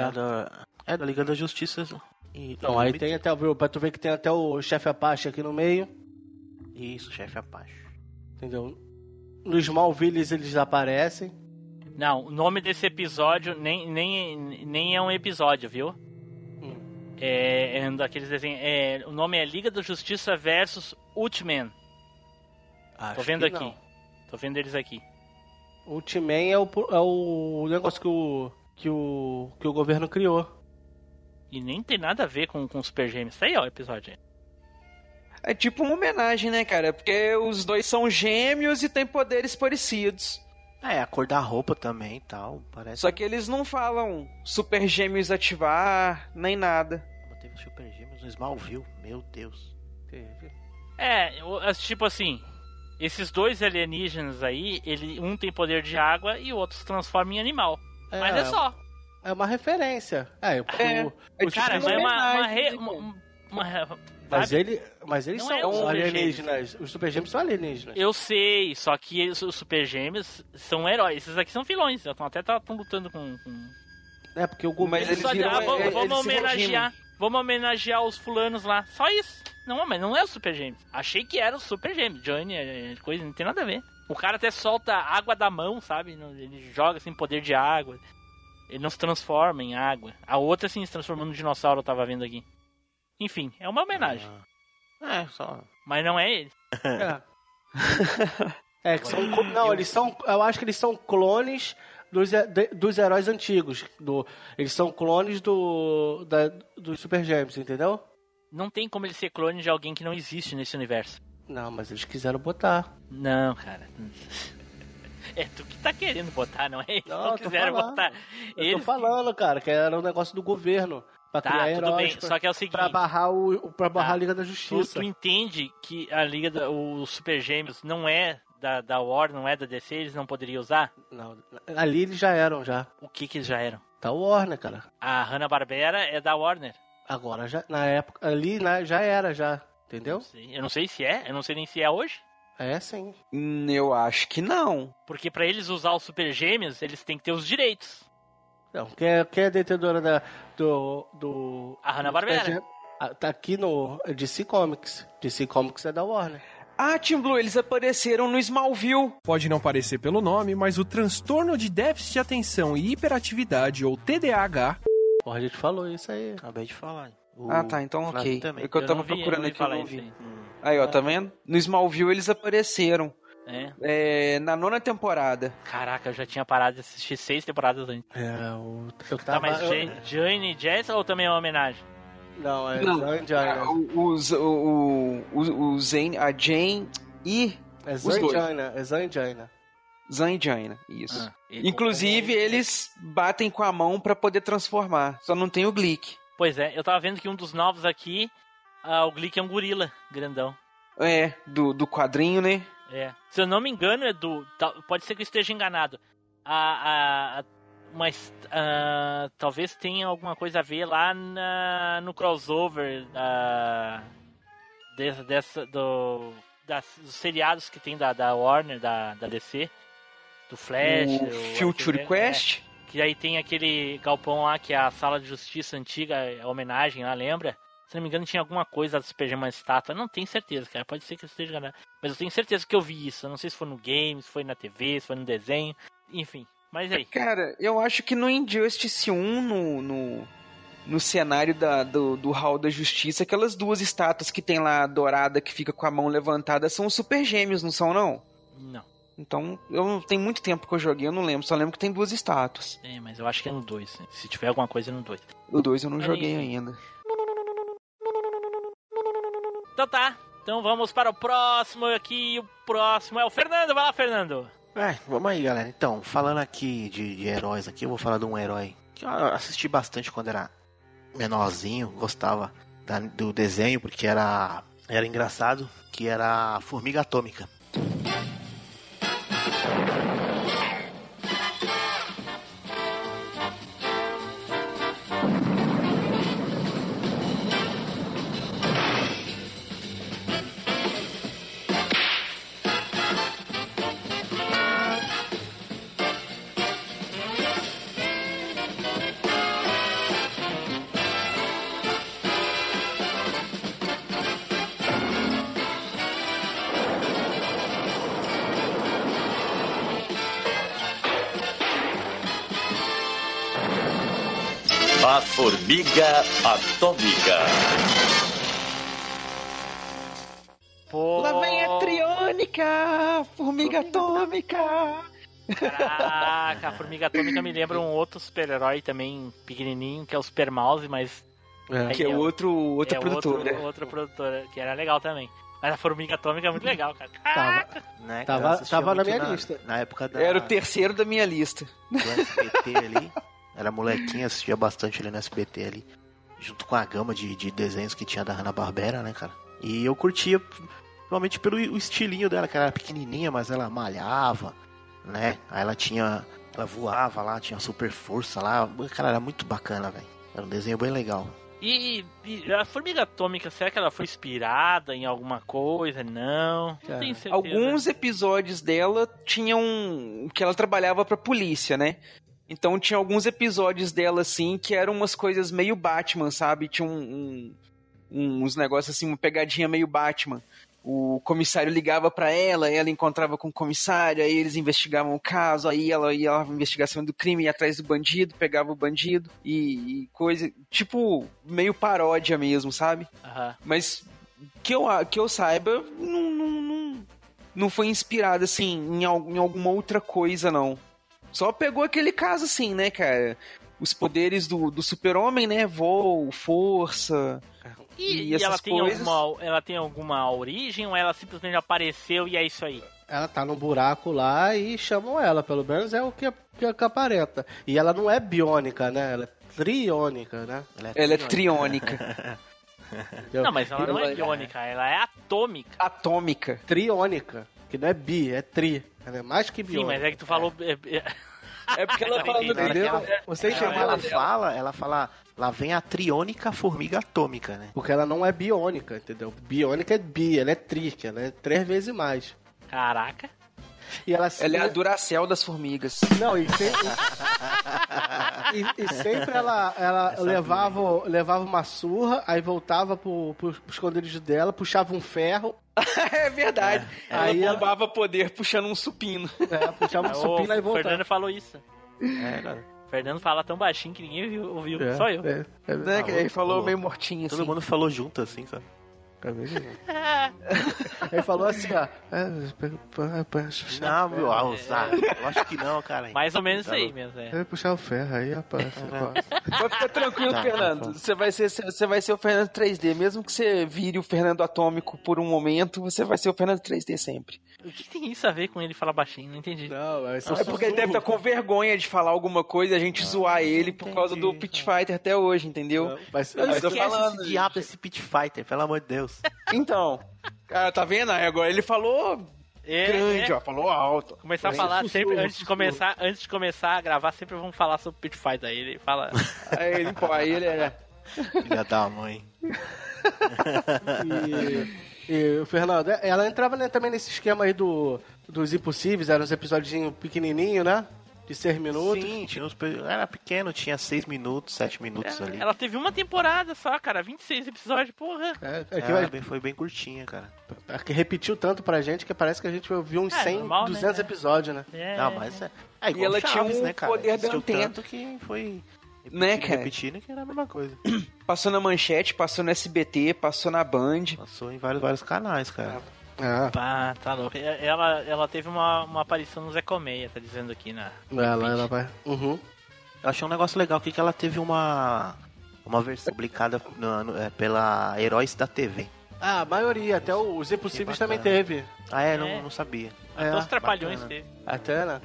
É da Liga da Justiça. Então, aí tem até o... Pra tu ver que tem até o chefe Apache aqui no meio. Isso, chefe Apache. Entendeu? No Smallville eles aparecem. Não, o nome desse episódio nem é um episódio, viu? É um daqueles desenhos. O nome é Liga da Justiça versus Ultraman. Tô vendo que aqui. não. Tô vendo eles aqui. O Ultraman é o negócio que o governo criou. E nem tem nada a ver com Super Gêmeos. Tá aí, ó, o episódio. É tipo uma homenagem, né, cara? Porque os dois são gêmeos e têm poderes parecidos. É, a cor da roupa também e tal, parece. Só que eles não falam Super Gêmeos ativar, nem nada. Teve os Super Gêmeos no Smallville, meu Deus. Teve. Tipo assim, esses dois alienígenas aí, um tem poder de água e o outro se transforma em animal. Mas é só. É uma referência. Cara, mas é Mas eles Não são é um Super alienígenas. Os Super Gêmeos são alienígenas. Eu sei, só que os Super Gêmeos são heróis. Esses aqui são vilões. Estão lutando com... É, porque o governo... Mas eles viram... Vamos homenagear os fulanos lá. Só isso. Não, mas não é o Super Gêmeos. Achei que era o Super Gêmeos. Johnny, coisa, não tem nada a ver. O cara até solta água da mão, sabe? Ele joga assim, poder de água. Ele não se transforma em água. A outra, assim, se transformou num dinossauro, eu tava vendo aqui. Enfim, é uma homenagem. Só... Mas não é ele. Que são... Não, eles são... Eu acho que eles são clones dos heróis antigos. Eles são clones dos Super Gêmeos, entendeu? Não tem como ele ser clone de alguém que não existe nesse universo. Não, mas eles quiseram botar. Não, cara. É tu que tá querendo botar, não é? Eles não quiseram botar. Eu tô falando, cara, que era um negócio do governo. Pra criar tudo heróis. bem. Só que é o seguinte... Pra barrar a Liga da Justiça. Tu entende que a Liga os Super Gêmeos não é da Warner, não é da DC, eles não poderiam usar? Não, ali eles já eram, já. O que eles já eram? Da Warner, cara. A Hanna-Barbera é da Warner. Agora, já, na época, ali já era, já. Entendeu? Eu não sei se é, eu não sei nem se é hoje. É, sim. Eu acho que não. Porque pra eles usar os Super Gêmeos, eles têm que ter os direitos. Não, quem é detentora do A Hanna-Barbera. Tá aqui no DC Comics. DC Comics é da Warner. Team Blue, eles apareceram no Smallville. Pode não parecer pelo nome, mas o transtorno de déficit de atenção e hiperatividade, ou TDAH... Porra, a gente falou isso aí. Acabei de falar. Tá, então ok. Também. É que eu tava procurando aqui, eu falar não isso vi. aí. Aí, ó, tá vendo? No Smallville eles apareceram. Na 9ª temporada. Caraca, eu já tinha parado de assistir 6 temporadas antes. Eu tava... Tá, mas Jane e Jess ou também é uma homenagem? Não, O Zane, a Jane e os dois. Zangina, isso. Inclusive, eles batem com a mão pra poder transformar. Só não tem o Glick. Pois é, eu tava vendo que um dos novos aqui, o Glick é um gorila grandão. Do quadrinho, né? Se eu não me engano, pode ser que eu esteja enganado. Mas talvez tenha alguma coisa a ver lá no crossover dos seriados que tem da Warner, da DC, do Flash. O Future Quest? Que aí tem aquele galpão lá que é a sala de justiça antiga, a homenagem lá, lembra? Se não me engano, tinha alguma coisa de PG, uma estátua. Não tenho certeza, cara. Pode ser que eu esteja enganado. Mas eu tenho certeza que eu vi isso. Eu não sei se foi no game, se foi na TV, se foi no desenho. Enfim, mas aí. Cara, eu acho que no Injustice 1, no cenário do Hall da Justiça, aquelas duas estátuas que tem lá, dourada, que fica com a mão levantada, são os Super Gêmeos, não são, não? Não. Então, tem muito tempo que eu joguei, eu não lembro. Só lembro que tem duas estátuas. É, mas eu acho que é no 2. Se tiver alguma coisa, é no 2. O 2 eu não joguei ainda. Então tá. Então vamos para o próximo aqui. O próximo é o Fernando. Vai lá, Fernando. Vamos aí, galera. Então, falando aqui de heróis aqui, eu vou falar de um herói que eu assisti bastante quando era menorzinho. Gostava do desenho, porque era engraçado, que era a Formiga Atômica. A Formiga Atômica. Pô. Lá vem a Triônica, Formiga Atômica. Caraca, a Formiga Atômica me lembra um outro super-herói também pequenininho, que é o Super Mouse, mas... Que é outra produtora. Outra produtora, que era legal também. Mas a Formiga Atômica é muito legal, cara. Tava, Né, tava na minha lista. Na época Era o terceiro da minha lista. Do SBT ali. Era molequinho, assistia bastante ali no SBT ali. Junto com a gama de desenhos que tinha da Hanna-Barbera, né, cara? E eu curtia, principalmente pelo estilinho dela, que ela era pequenininha, mas ela malhava, né? Aí ela voava lá, tinha super força lá. Cara, era muito bacana, velho. Era um desenho bem legal. E a Formiga Atômica, será que ela foi inspirada em alguma coisa? Não tenho certeza. Alguns episódios dela tinham... que ela trabalhava pra polícia, né? Então tinha alguns episódios dela, assim, que eram umas coisas meio Batman, sabe? Tinha uns negócios assim, uma pegadinha meio Batman. O comissário ligava pra ela encontrava com o comissário, aí eles investigavam o caso, aí ela ia à investigação do crime, ia atrás do bandido, pegava o bandido e coisa... Tipo, meio paródia mesmo, sabe? Uhum. Mas que eu saiba, não foi inspirada, assim, em alguma outra coisa, não. Só pegou aquele caso assim, né, cara? Os poderes do super-homem, né? Voo, força... E essas ela tem coisas... ela tem alguma origem ou ela simplesmente apareceu e é isso aí? Ela tá no buraco lá e chamam ela, pelo menos é o que aparenta. E ela não é biônica, né? Ela é triônica, né? Ela é triônica. Não, mas ela não é biônica, ela é atômica. Atômica. Triônica, que não é bi, é tri. Ela é mais que biônica. Sim, mas é que tu falou... É porque ela fala no Ela, Você entendeu? ela fala, lá vem a triônica formiga atômica, né? Porque ela não é biônica, entendeu? Biônica é bi, ela é tri, ela é 3 vezes mais. Caraca. E ela é a Duracell das formigas. Não, e sempre... e sempre ela levava uma surra, aí voltava pro esconderijo dela, puxava um ferro. É verdade. Aí ela bombava poder puxando um supino. Puxava um supino e voltava. O Fernando falou isso. Cara. O Fernando fala tão baixinho que ninguém ouviu, só eu. Ele falou meio mortinho assim. Todo mundo falou junto assim, sabe? Ele falou assim, ó. Não, meu, acho que não, cara. Mais ou menos isso aí mesmo, é. Puxar o ferro aí, rapaz. Pode ficar tranquilo, Fernando. Você vai ser o Fernando 3D. Mesmo que você vire o Fernando Atômico por um momento, você vai ser o Fernando 3D sempre. O que tem isso a ver com ele falar baixinho? Não entendi. Não, é porque ele deve estar com vergonha de falar alguma coisa e a gente zoar ele por causa do Pit Fighter até hoje, entendeu? Não, mas eu tô falando esse diabo desse Pit Fighter, pelo amor de Deus. Então, cara, tá vendo? Agora ele falou grande, ó, falou alto. Começar a falar sempre, antes de começar a gravar, sempre vamos falar sobre Pit Fighter. Aí ele fala... Aí ele é... Filha da mãe. E o Fernando, ela entrava também nesse esquema aí dos Impossíveis, eram uns episódios pequenininhos, né? de 6 minutos. Sim, era pequeno, tinha 6 minutos, 7 minutos ali. Ela teve uma temporada só, cara. 26 episódios, porra. Foi bem curtinha, cara. Que repetiu tanto pra gente que parece que a gente viu uns 100, normal, 200 né? episódios, né? Não, mas é igual E ela Chaves, tinha um né, cara? poder da Assistiu antena. tanto que foi Né, cara? repetindo que era a mesma coisa. Passou na Manchete, passou no SBT, passou na Band. Passou em vários canais, cara. Pá, tá louco. Ela teve uma aparição no Zé Colmeia, tá dizendo aqui na... Ela vai... Eu achei um negócio legal aqui que ela teve uma versão publicada pela Heróis da TV. A maioria, até os Impossíveis também teve. Ah, não sabia. Até os Trapalhões bacana. teve. Até, né?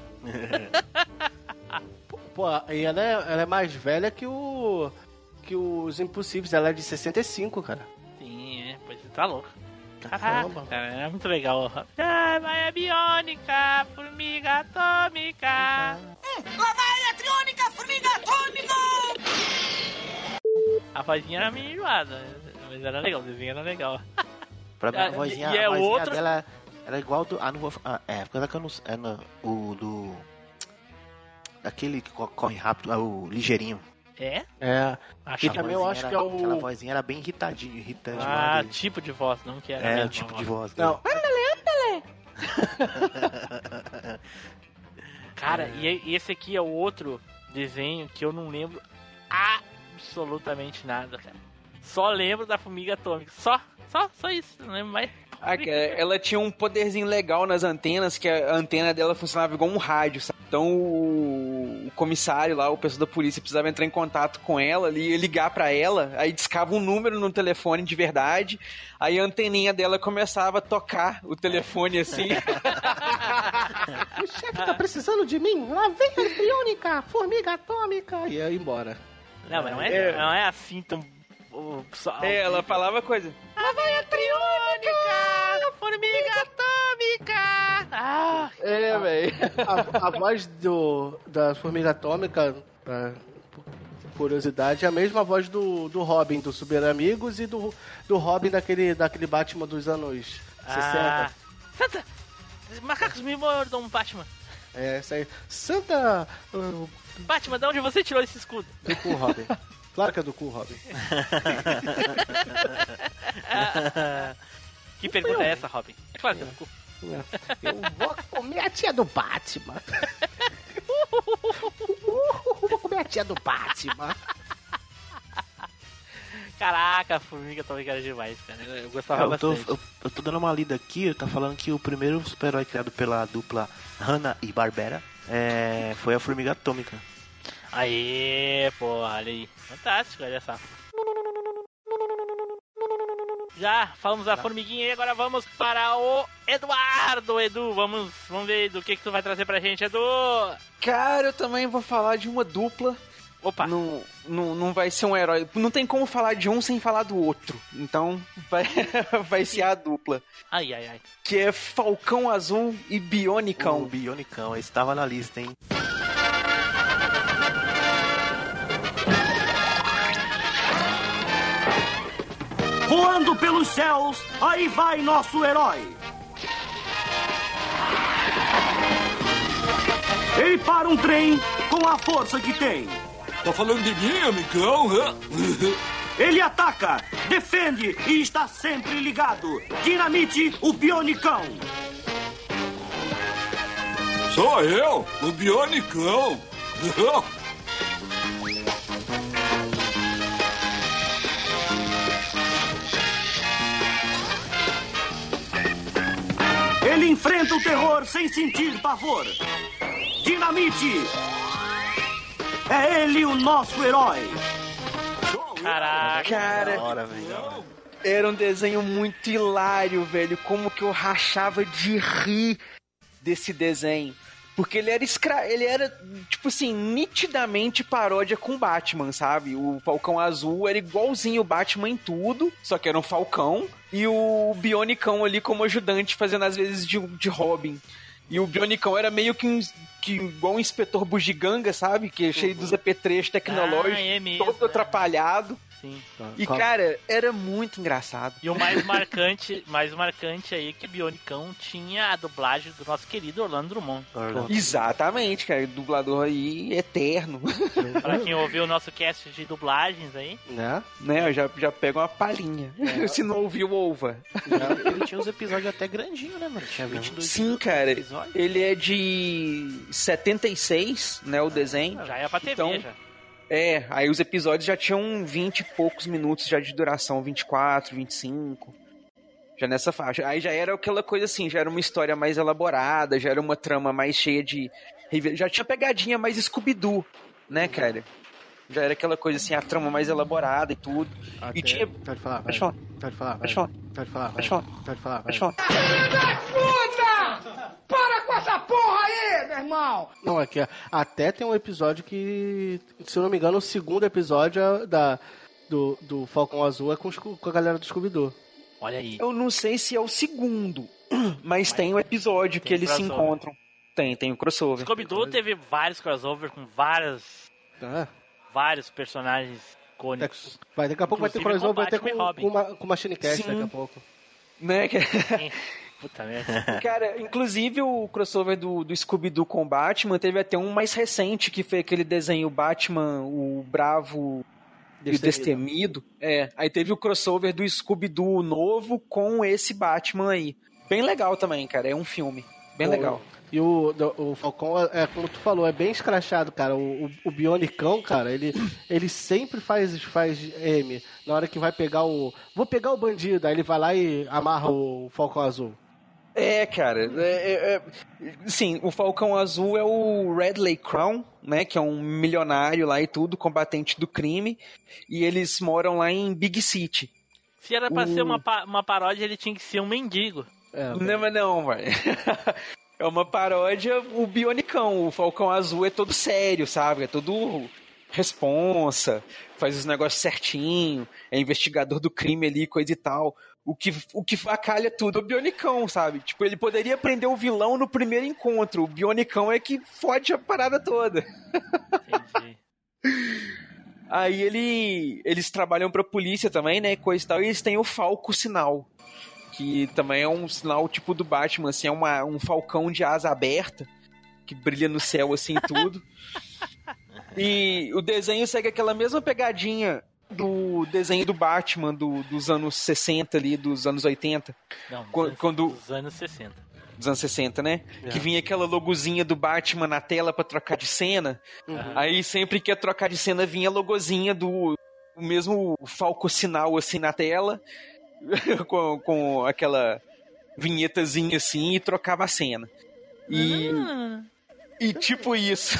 Pô, e ela é mais velha que os Impossíveis. Ela é de 65, cara. Sim, pois tá louco. Caramba. Caraca, cara, é muito legal. Ah, vai a biônica, formiga atômica. Lá vai a triônica, formiga atômica! A vozinha era meio enjoada, mas era legal, o desenho era legal. Pra mim, a vozinha dela era igual do... não vou... apesar que eu não... aquele que corre rápido, o ligeirinho. É? E também eu acho que é o... Aquela vozinha era bem irritante. Tipo de voz, não que era. O tipo de voz. Não. Cara, e esse aqui é o outro desenho que eu não lembro absolutamente nada, cara. Só lembro da formiga atômica. Só isso, não lembro mais. Ela tinha um poderzinho legal nas antenas, que a antena dela funcionava igual um rádio, sabe? Então o comissário lá, o pessoal da polícia, precisava entrar em contato com ela ali, ligar pra ela, aí discava um número no telefone de verdade, aí a anteninha dela começava a tocar o telefone assim. O chefe tá precisando de mim? Lá vem a triônica, formiga atômica. E aí embora. Não, mas não é assim tão... ela falava coisa. Lá vai a triônica, formiga atômica. Velho. A voz da formiga atômica, curiosidade, é a mesma voz do Robin, do Super Amigos, e do Robin daquele Batman dos anos 60. Santa! Macacos me mordam, Batman. Essa aí. Santa... Batman, de onde você tirou esse escudo? Do cu, Robin. Claro que é do cu, Robin. Que pergunta é essa, Robin? É claro que é do cu. Eu vou comer a tia do Batman. Vou comer a tia do Batman. Caraca, a formiga também era demais, cara. Eu gostava bastante. Eu tô dando uma lida aqui, tá falando que o primeiro super-herói criado pela dupla Hanna-Barbera foi a Formiga Atômica. Aê, porra, olha aí. Fantástico, olha só. Já falamos da formiguinha e agora vamos para o Eduardo. Edu, vamos ver do que tu vai trazer pra gente, Edu. Cara, eu também vou falar de uma dupla. Opa. Não vai ser um herói. Não tem como falar de um sem falar do outro. Então vai ser a dupla. Ai. Que é Falcão Azul e Bionicão. O Bionicão, esse tava na lista, hein? Voando pelos céus, aí vai nosso herói. Ele para um trem com a força que tem. Tá falando de mim, amigão? Ele ataca, defende e está sempre ligado. Dinamite o Bionicão. Sou eu, o Bionicão. Ele enfrenta o terror sem sentir pavor. Dinamite! É ele o nosso herói! Caraca, cara, era um desenho muito hilário, velho. Como que eu rachava de rir desse desenho. Porque ele era, tipo assim, nitidamente paródia com o Batman, sabe? O Falcão Azul era igualzinho o Batman em tudo, só que era um Falcão. E o Bionicão ali como ajudante, fazendo às vezes de Robin. E o Bionicão era meio que que igual um inspetor bugiganga, sabe? Que é cheio dos apetrechos tecnológicos, mesmo, todo atrapalhado. Sim. E, cara, era muito engraçado. E o mais marcante aí que o Bionicão tinha a dublagem do nosso querido Orlando Drummond. Exatamente, cara. Dublador aí eterno. Pra quem ouviu o nosso cast de dublagens aí. Né? Eu já pego uma palhinha. Se não ouviu, ouva. Ele tinha uns episódios até grandinhos, né, mano? Tinha 22 Sim, cara. Ele é de 76, né, o desenho. Já é pra TV, então, já. Aí os episódios já tinham 20 e poucos minutos já de duração, 24, 25. Já nessa faixa. Aí já era aquela coisa assim, já era uma história mais elaborada, já era uma trama mais cheia de... Já tinha pegadinha mais Scooby-Doo, né, cara? Já era aquela coisa assim, a trama mais elaborada e tudo. Até... E tinha... Pode falar. Filho da puta! Para com essa porra aí, meu irmão! Não, é que até tem um episódio que, se eu não me engano, o segundo episódio do Falcão Azul é com a galera do Scooby-Doo. Olha aí. Eu não sei se é o segundo, mas tem um episódio que eles se encontram. Tem o crossover. Scooby-Doo teve vários crossover com vários personagens icônicos. Daqui a pouco vai ter crossover até com Machine Cast daqui a pouco. Né? Puta merda. Cara, inclusive o crossover do Scooby-Doo com o Batman teve até um mais recente, que foi aquele desenho Batman, o Bravo e o Destemido. Aí teve o crossover do Scooby-Doo novo com esse Batman aí. Bem legal também, cara. É um filme. Bem legal. E o Falcão, como tu falou, é bem escrachado, cara. O Bionicão, cara, ele sempre faz M. Na hora que vai pegar vou pegar o bandido, aí ele vai lá e amarra o Falcão Azul. Cara. Sim, o Falcão Azul é o Radley Crown, né? Que é um milionário lá e tudo, combatente do crime. E eles moram lá em Big City. Se era pra ser uma paródia, ele tinha que ser um mendigo. Não, velho. É uma paródia, o Bionicão. O Falcão Azul é todo sério, sabe? É todo responsa, faz os negócios certinho, é investigador do crime ali, coisa e tal. O que facalha tudo é o Bionicão, sabe? Tipo, ele poderia prender o vilão no primeiro encontro. O Bionicão é que fode a parada toda. Entendi. Aí eles trabalham pra polícia também, né? Coisa e tal, e eles têm o Falco Sinal. Que também é um sinal tipo do Batman, assim, é um falcão de asa aberta, que brilha no céu, assim, tudo. E o desenho segue aquela mesma pegadinha do desenho do Batman dos anos 60 ali, dos anos 80. Não, dos anos 60. Dos anos 60, né? Que vinha aquela logozinha do Batman na tela pra trocar de cena. Aí sempre que ia trocar de cena vinha a logozinha do mesmo falco sinal, assim, na tela. com aquela vinhetazinha assim e trocava a cena. E tipo isso.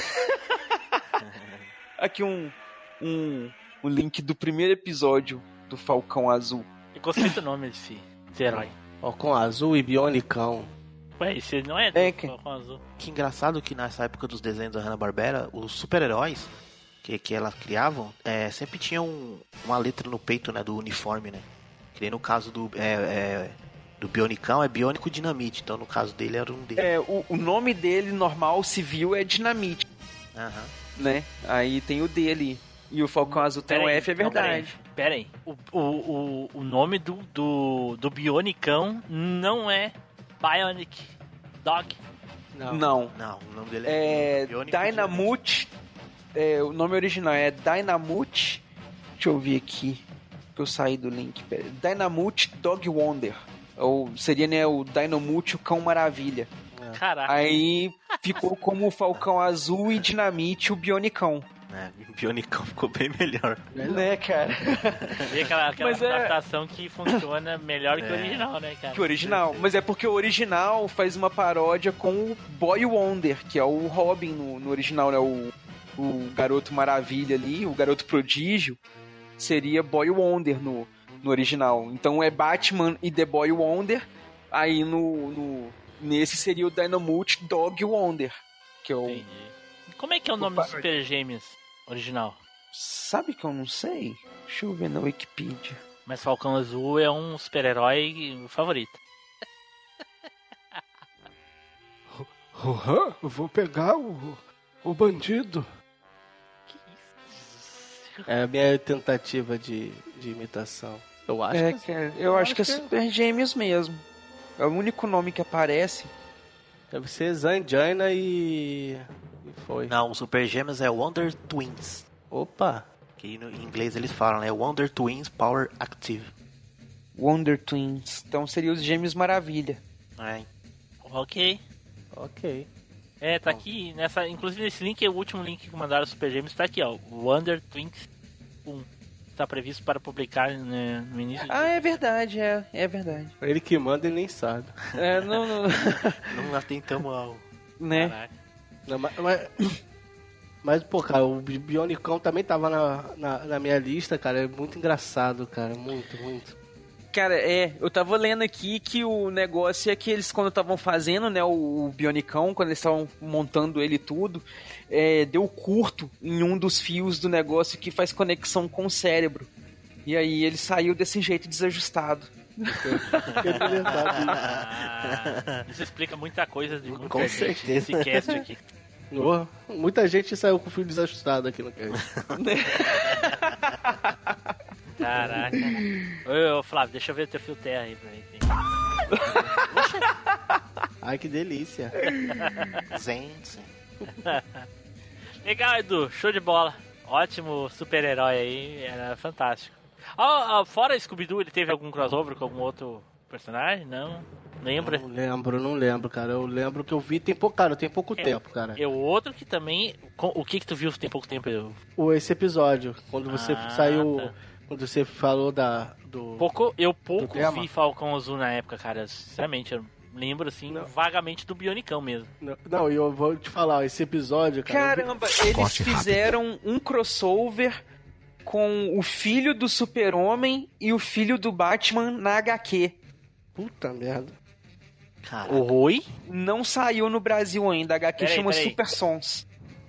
Aqui um link do primeiro episódio do Falcão Azul. Eu gostei do nome desse herói. Falcão Azul e Bionicão. Ué, esse não é Falcão Azul. Que engraçado que nessa época dos desenhos da Hanna-Barbera, os super-heróis que elas criavam, sempre tinham uma letra no peito, né, do uniforme, né? Que nem no caso do Bionicão é Biônico Dinamite, então no caso dele era um deles. O nome dele normal, civil, é Dinamite. Né? Aí tem o dele. E o Falcão Azul tem um F, é verdade. Pera aí. O nome do Bionicão não é Bionic Dog? Não. O nome dele é Dynamute. O nome original é Dynamute. Deixa eu ver aqui. Que eu saí do link. Dynamute Dog Wonder. Ou seria, né, o Dynamute, o Cão Maravilha. Caraca. Aí ficou como o Falcão Azul e Dinamite, o Bionicão. O Bionicão ficou bem melhor. Né, cara? Vê aquela adaptação que funciona melhor que o original, né, cara? Que o original. Mas é porque o original faz uma paródia com o Boy Wonder, que é o Robin no original, né? O Garoto Maravilha ali, o Garoto Prodígio. Seria Boy Wonder no original. Então é Batman e The Boy Wonder. Aí nesse seria o Dynamite Dog Wonder. Que é o... Entendi. Como é que é o nome dos Super Gêmeos original? Sabe que eu não sei? Deixa eu ver na Wikipedia. Mas Falcão Azul é um super-herói favorito. Uhum, eu vou pegar o bandido. É a minha tentativa de imitação. Eu acho eu acho que é Super Gêmeos mesmo. É o único nome que aparece. Deve ser Zanjaina e foi. Não, o Super Gêmeos é Wonder Twins. Opa! Que em inglês eles falam, né? Wonder Twins Power Active. Wonder Twins. Então seria os Gêmeos Maravilha. É. Ok. Tá aqui, inclusive nesse link, o último link que mandaram Super Gêmeos tá aqui, ó. Wonder Twins 1. Está previsto para publicar, né, no início. É verdade, é verdade. Ele que manda, ele nem sabe. Não atentamos ao... Né? Não, mas, pô, cara, o Bionicão também tava na minha lista, cara. É muito engraçado, cara. Muito. Cara, eu tava lendo aqui que o negócio é que eles, quando estavam fazendo, né, o Bionicão, quando eles estavam montando ele tudo, deu curto em um dos fios do negócio que faz conexão com o cérebro. E aí ele saiu desse jeito desajustado. Isso explica muita coisa de muita com gente certeza. nesse cast aqui. Muita gente saiu com o fio desajustado aqui no cast. Caraca. Ô, Flávio, deixa eu ver o teu fio terra aí pra mim. Ai, que delícia. Gente. Legal, Edu. Show de bola. Ótimo super-herói aí. Era fantástico. Fora Scooby-Doo, ele teve algum crossover com algum outro personagem? Não? Lembra? Não lembro, cara. Eu lembro que eu vi tem pouco tempo, cara. O outro que também... O que tu viu tem pouco tempo? Esse episódio, quando você saiu... Tá. Quando você falou Eu pouco vi Falcão Azul na época, cara. Sinceramente, eu lembro, assim, vagamente do Bionicão mesmo. Não, eu vou te falar, esse episódio, cara... Caramba, eles fizeram um crossover com o filho do Super-Homem e o filho do Batman na HQ. Puta merda. Caraca. Oi? Não saiu no Brasil ainda, a HQ chama Super Sons.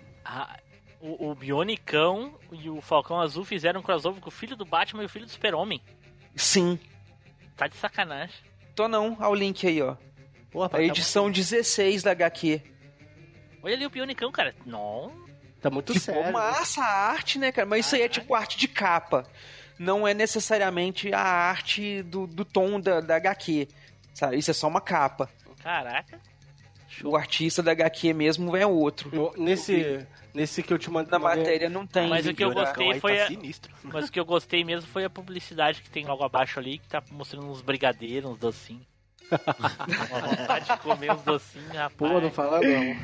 O Bionicão e o Falcão Azul fizeram um crossover com o filho do Batman e o filho do Super-Homem. Sim. Tá de sacanagem. Tô não, ao link aí, ó. Porra, a edição 16 da HQ. Olha ali o Bionicão, cara. Não. Tá muito Ficou sério. massa a arte, né, cara? Mas isso aí é tipo arte de capa. Não é necessariamente a arte do tom da HQ. Sabe? Isso é só uma capa. Caraca. O artista da HQ mesmo é outro. Nesse que eu te mandei... Na matéria não tem. Mas o que eu gostei foi... sinistro. Mas o que eu gostei mesmo foi a publicidade que tem logo abaixo ali, que tá mostrando uns brigadeiros, uns docinhos. Vontade de comer uns docinhos, rapaz. Pô, não fala não.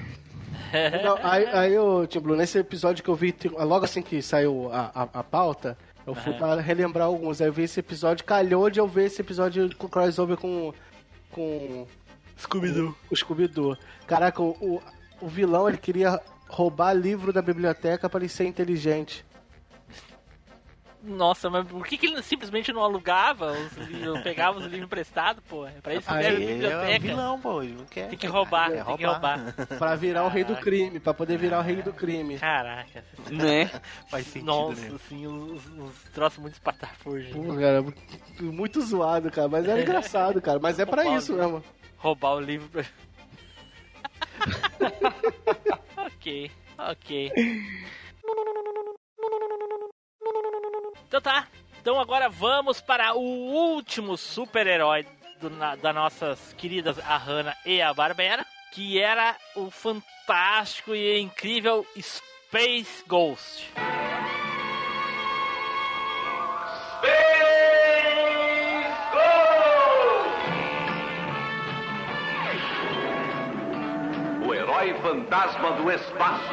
Aí eu, Tim, nesse episódio que eu vi, logo assim que saiu a pauta, eu fui pra relembrar alguns. Aí eu vi esse episódio, calhou de eu ver esse episódio com crossover com Scooby-Doo. O Scooby-Doo. Caraca, o vilão, ele queria roubar livro da biblioteca pra ele ser inteligente. Nossa, mas por que ele simplesmente não alugava os livros, pegava os livros emprestados, pô? É pra isso que deve biblioteca. É vilão, pô, ele não quer. Tem que roubar, que roubar. Pra virar o rei do crime, pra poder virar o rei do crime. Caraca. Né? Faz sentido, Nossa, né? assim, os troços muito espartafúrgios. Pô, cara, muito zoado, cara, mas era engraçado, cara, mas é pra isso mesmo. Roubar o livro pra... Ok. Então tá. Então agora vamos para o último super-herói das nossas queridas a Hanna e a Barbera, que era o fantástico e incrível Space Ghost. O herói fantasma do espaço.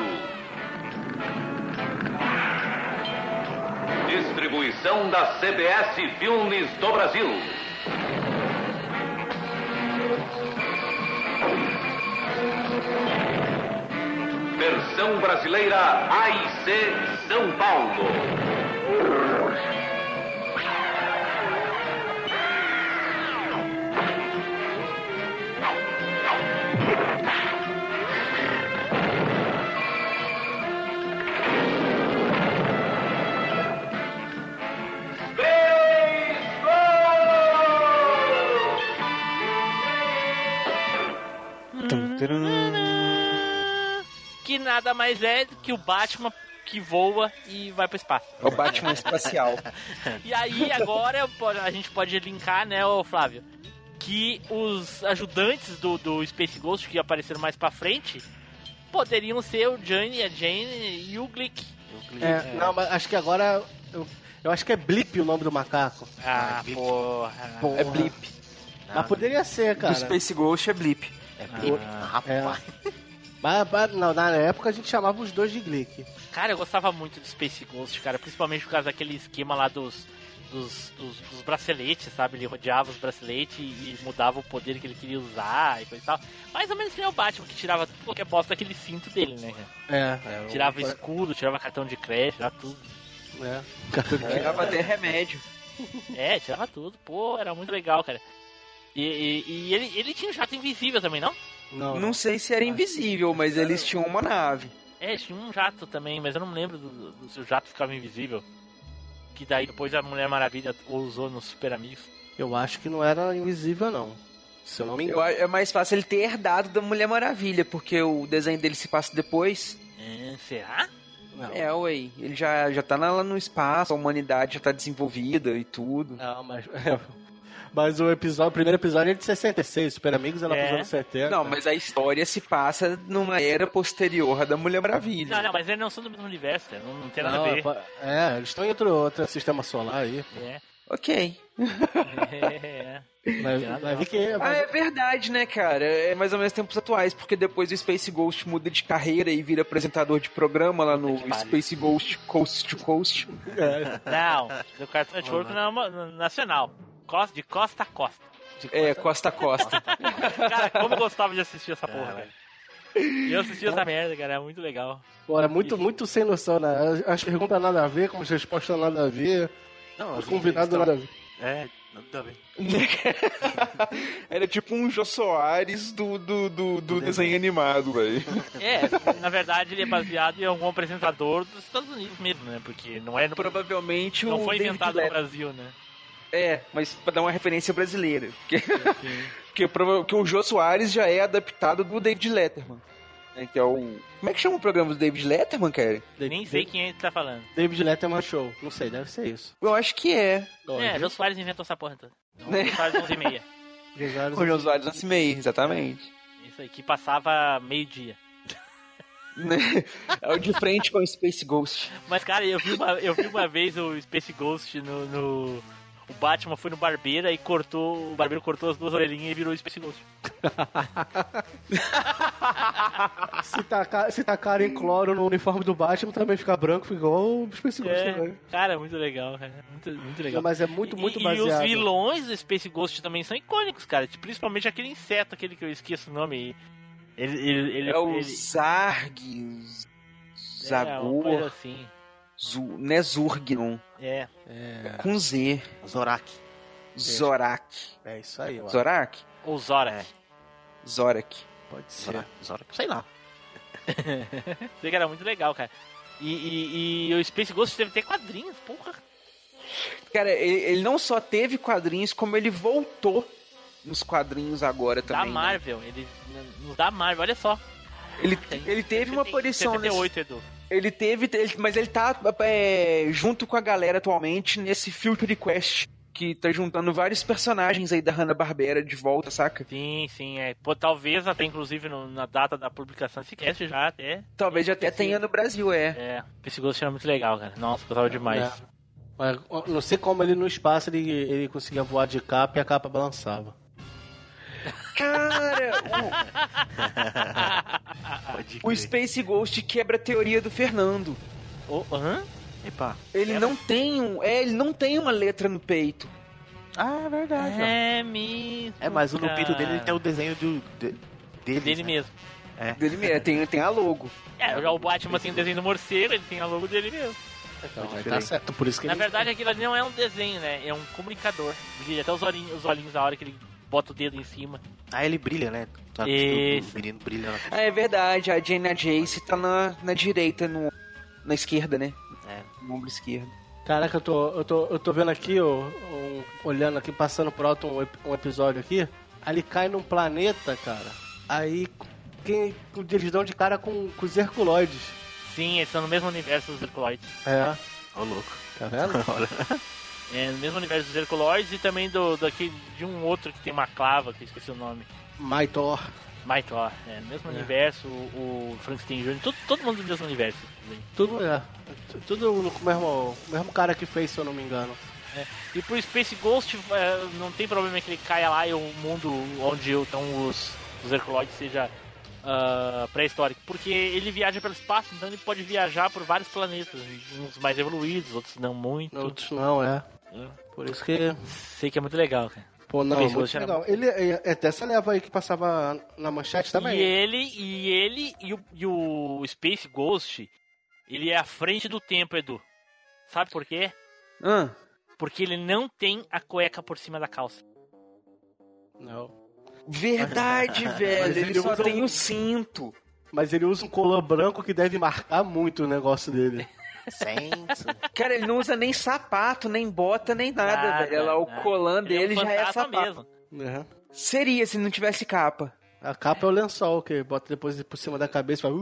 Distribuição da CBS Filmes do Brasil. Versão brasileira AIC São Paulo. nada mais é do que o Batman que voa e vai pro espaço. É o Batman espacial. E aí, agora, a gente pode linkar, né, ô Flávio, que os ajudantes do Space Ghost que apareceram mais pra frente poderiam ser o Johnny, a Jane e o Glick. Não, mas acho que agora... Eu acho que é Blip o nome do macaco. Ah, porra. É Blip. Mas poderia ser, cara. O Space Ghost é Blip. Rapaz. Mas não, na época a gente chamava os dois de Glick. Cara, eu gostava muito do Space Ghost, cara. Principalmente por causa daquele esquema lá dos braceletes, sabe? Ele rodeava os braceletes e mudava o poder que ele queria usar e coisa e tal. Mais ou menos que nem o Batman, que tirava qualquer bosta daquele cinto dele, né, cara? Tirava escudo, tirava cartão de crédito, tirava tudo. Tirava até remédio. Tirava tudo. Pô, era muito legal, cara. E ele tinha um jato invisível também, não? Não sei se era invisível, mas eles tinham uma nave. Tinha um jato também, mas eu não me lembro se o jato ficava invisível. Que daí depois a Mulher Maravilha usou nos Super Amigos. Eu acho que não era invisível, não. Se eu não me engano. É mais fácil ele ter herdado da Mulher Maravilha, porque o desenho dele se passa depois. Será? Não. Ué, ele já tá lá no espaço, a humanidade já tá desenvolvida e tudo. Não, mas o primeiro episódio é de 66, Super Amigos é nos anos 70. Não, mas a história se passa numa era posterior à da Mulher Maravilha. Não, mas eles não são do mesmo universo, não tem nada a ver. Eles estão em outro sistema solar aí. Ok. Vai ver que é verdade, né, cara? É mais ou menos tempos atuais, porque depois o Space Ghost muda de carreira e vira apresentador de programa lá no Space Ghost Coast to Coast. Não, do Cartoon Network nacional. De costa a costa. Costa a costa. Cara, como eu gostava de assistir essa porra, velho. E eu assisti essa merda, cara, é muito legal. Pô, é muito sem noção, né? As perguntas nada a ver, como as respostas nada a ver. Não, os convidados nada a ver. Nada a ver. Era tipo um Jô Soares do desenho animado, velho. Na verdade ele é baseado em algum apresentador dos Estados Unidos mesmo, né? Porque não é... Provavelmente não foi David inventado no Brasil, né? Mas pra dar uma referência brasileira. Porque o Jô Soares já é adaptado do David Letterman. Que é o... Como é que chama o programa do David Letterman, cara? Nem sei quem é que tá falando. David Letterman Show. Não sei, deve ser isso. Eu acho que é. Jô Soares inventou essa porra toda. Jô Soares 11h30. O Jô Soares 11h30, exatamente. Isso aí, que passava meio-dia. É o de frente com o Space Ghost. Mas, cara, eu vi uma vez o Space Ghost no... O Batman foi no barbeiro e o barbeiro cortou as duas orelhinhas e virou o Space Ghost. Se tacar em cloro no uniforme do Batman, também fica branco, fica igual o Space Ghost também. Cara, muito legal, cara. Muito legal. Mas é muito baseado. E os vilões do Space Ghost também são icônicos, cara. Principalmente aquele inseto, aquele que eu esqueço o nome. Ele o Zarg, Zagor. Uma coisa assim. Não é Zurg, não. Com Z. Zorak. É isso aí, ó. Zorak? Ou Zorak. Zorak. Pode ser. Zorak. Sei lá. Sei que era muito legal, cara. E o Space Ghost teve até quadrinhos, porra. Cara, ele não só teve quadrinhos, como ele voltou nos quadrinhos agora também. Da Marvel. Né? Da Marvel, olha só. Ele teve uma aparição 78, Edu. Mas ele tá junto com a galera atualmente nesse Future Quest, que tá juntando vários personagens aí da Hanna-Barbera de volta, saca? Sim. Pô, talvez até, inclusive, na data da publicação desse cast já até... Talvez já até tenha no Brasil, Esse Ghost era muito legal, cara. Nossa, gostava demais. Mas, não sei como ele no espaço ele conseguia voar de capa e a capa balançava. Cara, o Space Ghost quebra a teoria do Fernando. Epa. Ele não tem uma letra no peito. É verdade. Mesmo. Mas no peito dele ele tem o desenho dele mesmo. Dele mesmo, tem a logo. Já o Batman tem o desenho do morcego, ele tem a logo dele mesmo. Então, tá certo, por isso que na verdade aquilo ali não é um desenho, né? É um comunicador. Brilha até os olhinhos a hora que ele bota o dedo em cima. Ele brilha, né? O menino brilha. É verdade, a Jane Jace tá na direita, na esquerda, né? No ombro esquerdo. Caraca, eu tô vendo aqui, olhando aqui, passando por alto um episódio aqui. Aí ele cai num planeta, cara. Aí que eles dão de cara com os Herculoides. Sim, eles são no mesmo universo dos Herculoides. É. Ô, louco. Tá vendo? É, no mesmo universo dos Herculoides e também de um outro que tem uma clava, que eu esqueci o nome. Maitor. Maitor, no mesmo universo, o Frankenstein Jr., todo mundo do mesmo universo. Tudo Tudo com o mesmo cara que fez, se eu não me engano. E pro Space Ghost, não tem problema que ele caia lá e o mundo onde estão os Herculoides seja pré-histórico, porque ele viaja pelo espaço, então ele pode viajar por vários planetas, uns mais evoluídos, outros não muito. Outros não, Por isso que... Sei que é muito legal, cara. Pô, não, muito legal. Ele até essa leva aí que passava na manchete também. E o Space Ghost, ele é à frente do tempo, Edu. Sabe por quê? Porque ele não tem a cueca por cima da calça. Não. Verdade, velho. Ele só tem o cinto. Mas ele usa um colã branco que deve marcar muito o negócio dele. Cara, ele não usa nem sapato, nem bota, nem nada, velho. Lá, o colã dele já é sapato. Mesmo. Seria se não tivesse capa. A capa é o lençol que bota depois por cima da cabeça e fala...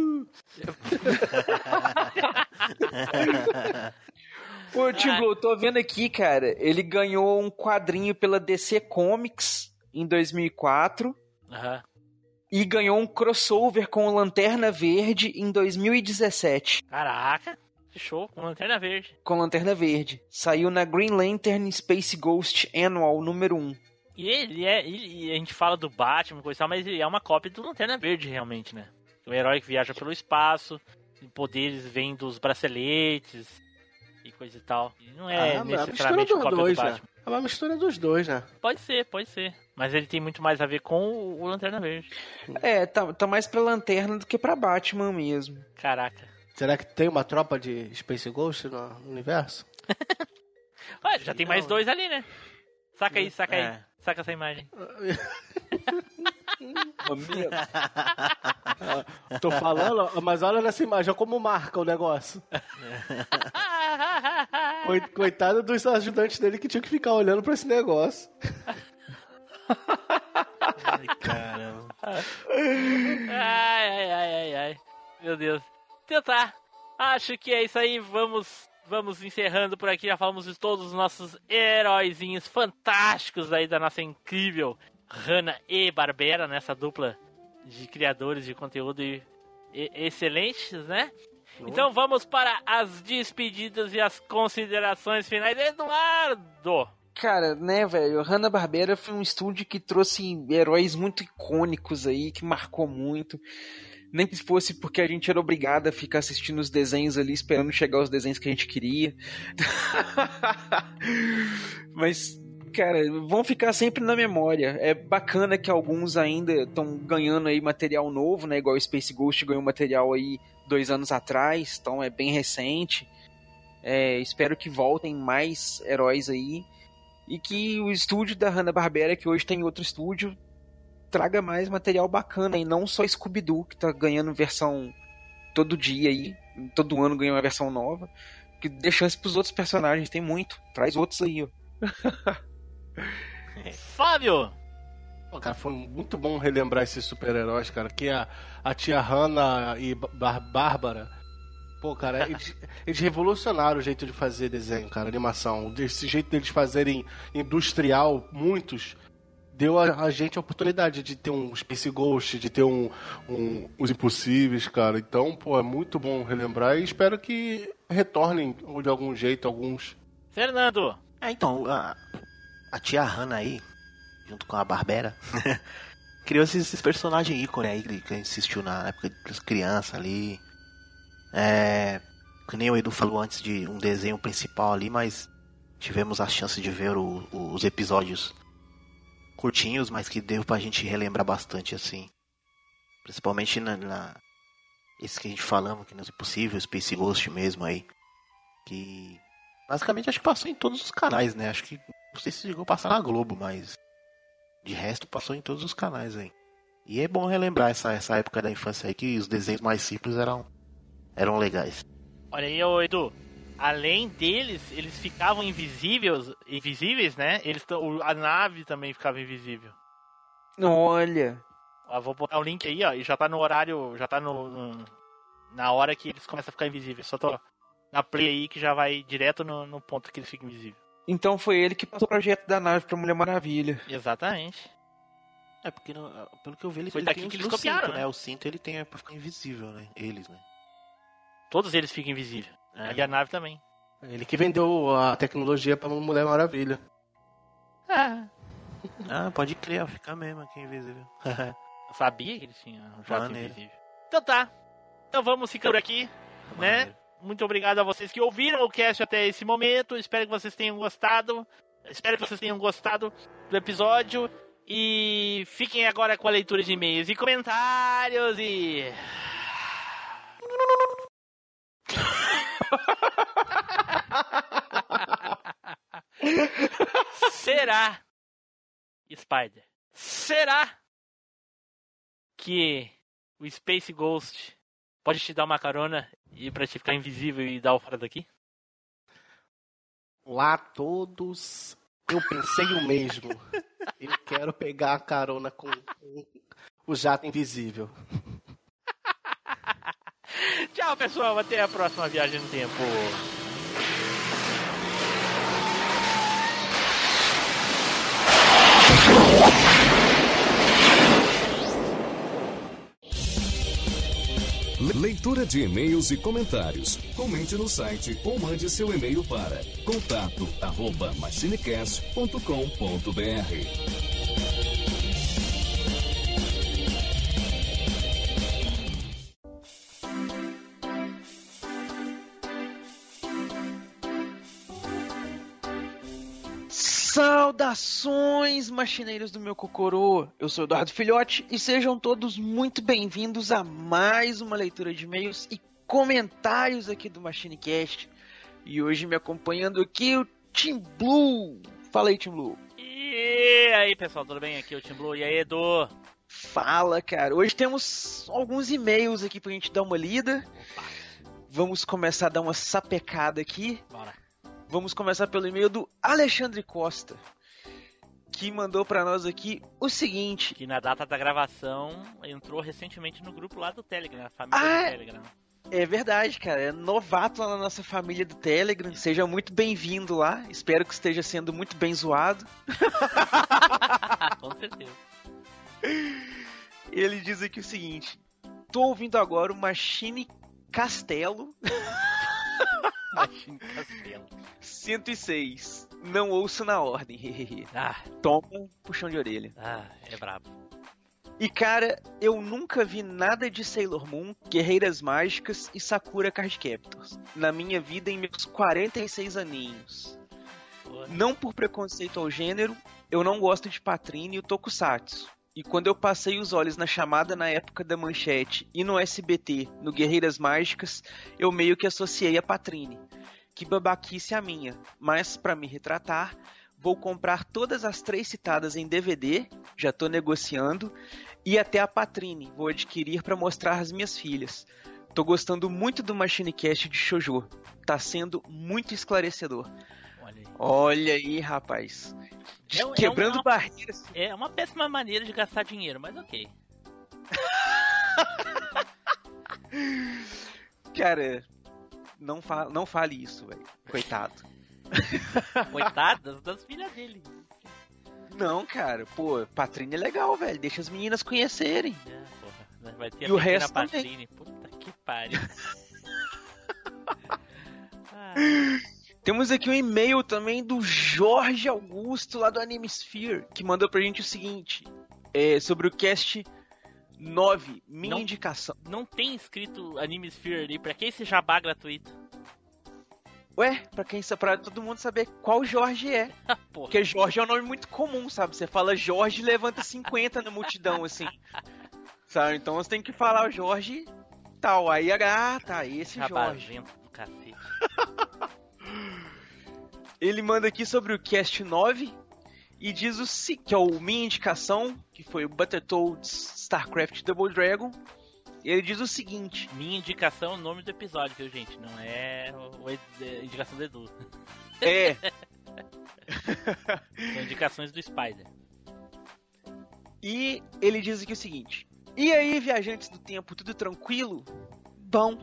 Pô, Timbu, tô vendo aqui, cara. Ele ganhou um quadrinho pela DC Comics em 2004. E ganhou um crossover com o Lanterna Verde em 2017. Caraca, que show, com Lanterna Verde. Com Lanterna Verde. Saiu na Green Lantern Space Ghost Annual número 1. E a gente fala do Batman e coisa e tal, mas ele é uma cópia do Lanterna Verde, realmente, né? Um herói que viaja pelo espaço, poderes vêm dos braceletes e coisa e tal. E não é necessariamente cópia do Batman. É uma mistura dos dois, né? Pode ser. Mas ele tem muito mais a ver com o Lanterna Verde. Tá mais pra Lanterna do que pra Batman mesmo. Caraca. Será que tem uma tropa de Space Ghost no universo? Ué, já tem mais dois ali, né? Saca aí. Saca essa imagem. Tô falando, mas olha nessa imagem, olha como marca o negócio. Coitado dos ajudantes dele que tinham que ficar olhando pra esse negócio. Ai, caramba. Ai. Meu Deus. Tentar. Acho que é isso aí. Vamos encerrando por aqui. Já falamos de todos os nossos heróizinhos fantásticos aí da nossa incrível Hanna-Barbera, nessa dupla de criadores de conteúdo excelentes, né? Então vamos para as despedidas e as considerações finais. Eduardo! Cara, né, velho, Hanna-Barbera foi um estúdio que trouxe heróis muito icônicos aí, que marcou muito. Nem que fosse porque a gente era obrigado a ficar assistindo os desenhos ali, esperando chegar os desenhos que a gente queria. Mas, cara, vão ficar sempre na memória. É bacana que alguns ainda estão ganhando aí material novo, né? Igual o Space Ghost ganhou material aí 2 anos atrás, então é bem recente. Espero que voltem mais heróis aí. E que o estúdio da Hanna-Barbera, que hoje tem outro estúdio, traga mais material bacana, e não só Scooby-Doo, que tá ganhando versão todo dia aí, todo ano ganha uma versão nova, que dê chance pros outros personagens, tem muito, traz outros aí, ó. Fábio! Pô, cara, foi muito bom relembrar esses super-heróis, cara, que a tia Hanna e Bárbara, pô, cara, eles revolucionaram o jeito de fazer desenho, cara, animação, esse jeito deles fazerem industrial, muitos, deu a gente a oportunidade de ter um Space Ghost, de ter Os Impossíveis, cara. Então, pô, é muito bom relembrar e espero que retornem de algum jeito alguns. Fernando! Então, a tia Hanna aí, junto com a Barbera, criou esses personagens ícone aí que a gente assistiu na época das crianças ali. Que nem o Edu falou antes de um desenho principal ali, mas tivemos a chance de ver os episódios curtinhos, mas que deu pra gente relembrar bastante, assim. Principalmente esse que a gente falamos, que não é possível, Space Ghost mesmo aí. Que basicamente acho que passou em todos os canais, né? Acho que não sei se chegou a passar na Globo, mas de resto passou em todos os canais aí. E é bom relembrar essa época da infância aí, que os desenhos mais simples eram legais. Olha aí, Edu. Além deles, eles ficavam invisíveis, né? A nave também ficava invisível. Olha Ó, vou botar o link aí, ó, e já tá no horário, já tá na hora que eles começam a ficar invisíveis. Só tô na play aí que já vai direto no ponto que eles ficam invisíveis. Então foi ele que passou o projeto da nave pra Mulher Maravilha. Exatamente. Porque pelo que eu vi, Foi ele daqui tem que o eles copiaram, cinto, né? O cinto ele tem pra ficar invisível, né? Eles, né? Todos eles ficam invisíveis. E a nave também. Ele que vendeu a tecnologia pra Mulher Maravilha. Pode crer, fica mesmo aqui invisível. Eu sabia que eles tinham um jato Maneiro. invisível. Então tá. Então vamos ficar por aqui, né? Muito obrigado a vocês que ouviram o cast até esse momento. Espero que vocês tenham gostado. Do episódio. E fiquem agora com a leitura de e-mails e comentários e... Será, Spider, será que o Space Ghost pode te dar uma carona e pra te ficar invisível e dar o fora daqui? Olá a todos. Eu pensei o mesmo. Eu quero pegar a carona com o jato invisível. Tchau, pessoal. Até a próxima viagem no tempo. Leitura de e-mails e comentários. Comente no site ou mande seu e-mail para contato@machinecast.com.br. Saudações, machineiros do meu cocorô! Eu sou Eduardo Filhote e sejam todos muito bem-vindos a mais uma leitura de e-mails e comentários aqui do MachineCast. E hoje me acompanhando aqui o Team Blue. Fala aí, Team Blue. E aí, pessoal, tudo bem? Aqui é o Team Blue. E aí, Edu? Fala, cara. Hoje temos alguns e-mails aqui pra gente dar uma lida. Vamos começar a dar uma sapecada aqui. Bora. Vamos começar pelo e-mail do Alexandre Costa, que mandou pra nós aqui o seguinte... Que na data da gravação entrou recentemente no grupo lá do Telegram, a família do Telegram. É verdade, cara. É novato lá na nossa família do Telegram. Seja muito bem-vindo lá. Espero que esteja sendo muito bem zoado. Com certeza. Ele diz aqui o seguinte... Tô ouvindo agora o Machine Castelo... Machine Castelo. 106. Não ouço na ordem. Toma um puxão de orelha. É brabo. E cara, eu nunca vi nada de Sailor Moon, Guerreiras Mágicas e Sakura Card Captors na minha vida em meus 46 aninhos. Não por preconceito ao gênero, eu não gosto de Patrine e Tokusatsu. E quando eu passei os olhos na chamada na época da Manchete e no SBT, no Guerreiras Mágicas, eu meio que associei a Patrine. Que babaquice a minha, mas pra me retratar, vou comprar todas as 3 citadas em DVD, já tô negociando, e até a Patrine vou adquirir pra mostrar às minhas filhas. Tô gostando muito do MachineCast de Shoujo, tá sendo muito esclarecedor. Olha aí, rapaz. Quebrando barreiras. É uma péssima maneira de gastar dinheiro, mas ok. Cara, não fale isso, velho. Coitado. Coitado das filhas dele. Não, cara. Pô, Patrine é legal, velho. Deixa as meninas conhecerem. Porra. Vai ter e o resto Patrine. Puta que pariu. Temos aqui um e-mail também do Jorge Augusto, lá do Animesphere, que mandou pra gente o seguinte, sobre o cast 9, minha indicação. Não tem escrito Animesphere ali, pra que esse jabá gratuito? Ué, pra todo mundo saber qual Jorge é. Porque Jorge é um nome muito comum, sabe? Você fala Jorge e levanta 50 na multidão, assim. Sabe? Então você tem que falar o Jorge tal. Aí, tá, esse Jorge. Do cacete. Ele manda aqui sobre o cast 9 e diz que é o minha indicação, que foi o Battletoads StarCraft Double Dragon. Ele diz o seguinte: minha indicação é o nome do episódio, viu, gente? Não é a indicação do Edu. É. São indicações do Spider. E ele diz aqui o seguinte: e aí, viajantes do tempo, tudo tranquilo? Bom.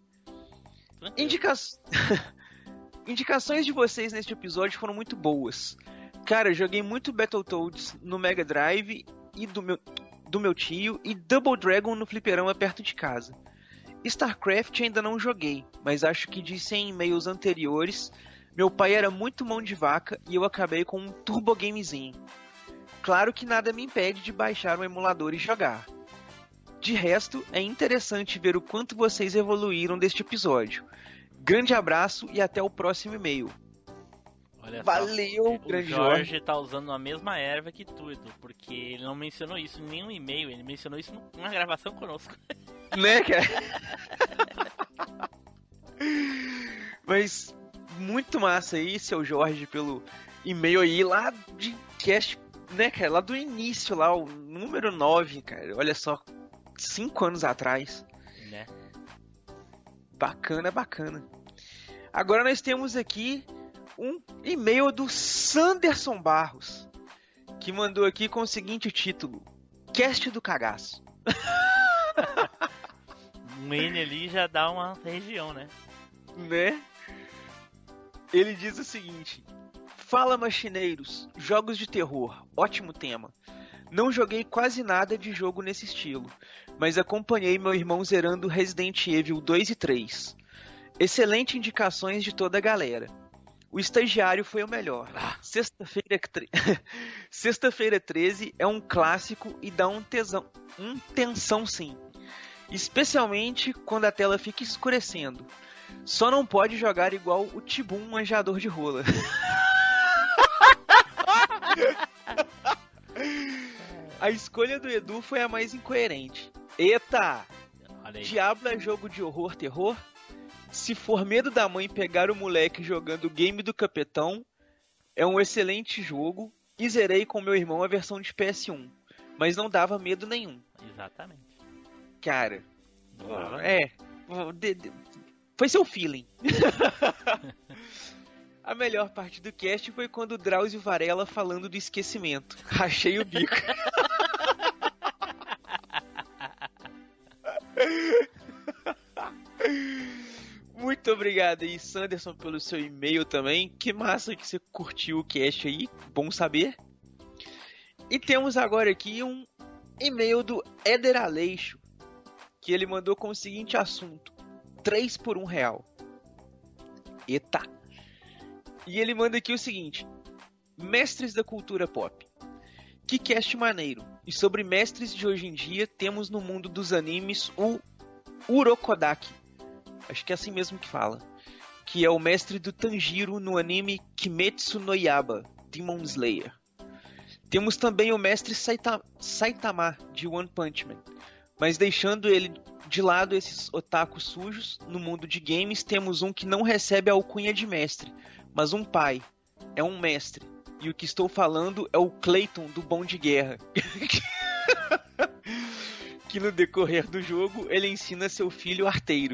Indicações de vocês neste episódio foram muito boas. Cara, eu joguei muito Battletoads no Mega Drive e do meu tio, e Double Dragon no fliperama perto de casa. StarCraft ainda não joguei, mas acho que disse em e-mails anteriores, meu pai era muito mão de vaca e eu acabei com um Turbo Gamezinho. Claro que nada me impede de baixar um emulador e jogar. De resto, é interessante ver o quanto vocês evoluíram deste episódio. Grande abraço e até o próximo e-mail. Olha Valeu, só, grande o Jorge tá usando a mesma erva que tu, Edu, porque ele não mencionou isso em nenhum e-mail, ele mencionou isso numa gravação conosco. Né, cara? Mas muito massa aí, seu Jorge, pelo e-mail aí lá de cast, né, cara? Lá do início, lá, o número 9, cara. Olha só, 5 anos atrás. Né? Bacana, bacana. Agora nós temos aqui um e-mail do Sanderson Barros, que mandou aqui com o seguinte título: Cast do Cagaço. Um N ali já dá uma região, né? Né? Ele diz o seguinte: fala, machineiros, jogos de terror, ótimo tema. Não joguei quase nada de jogo nesse estilo, mas acompanhei meu irmão zerando Resident Evil 2 e 3. Excelente indicações de toda a galera. O estagiário foi o melhor. Sexta-feira 13 é um clássico e dá um tensão sim. Especialmente quando a tela fica escurecendo. Só não pode jogar igual o Tibum manjador de rola. A escolha do Edu foi a mais incoerente. Eita! Diablo é jogo de horror, terror? Se for medo da mãe pegar o moleque jogando o game do Capetão, é um excelente jogo e zerei com meu irmão a versão de PS1, mas não dava medo nenhum. Exatamente. Cara, foi seu feeling. A melhor parte do cast foi quando o Drauzio Varela falando do esquecimento. Rachei o bico. Muito obrigado aí, Sanderson, pelo seu e-mail também. Que massa que você curtiu o cast aí, bom saber. E temos agora aqui um e-mail do Éder Aleixo, que ele mandou com o seguinte assunto: 3 por R$1. Eita! E ele manda aqui o seguinte: mestres da cultura pop. Que cast maneiro. E sobre mestres de hoje em dia, temos no mundo dos animes o Urokodaki. Acho que é assim mesmo que fala. Que é o mestre do Tanjiro no anime Kimetsu no Yaiba, Demon Slayer. Temos também o mestre Saitama de One Punch Man. Mas deixando ele de lado esses otakus sujos, no mundo de games temos um que não recebe a alcunha de mestre, mas um pai. É um mestre. E o que estou falando é o Clayton do Bom de Guerra. Que no decorrer do jogo ele ensina seu filho arteiro.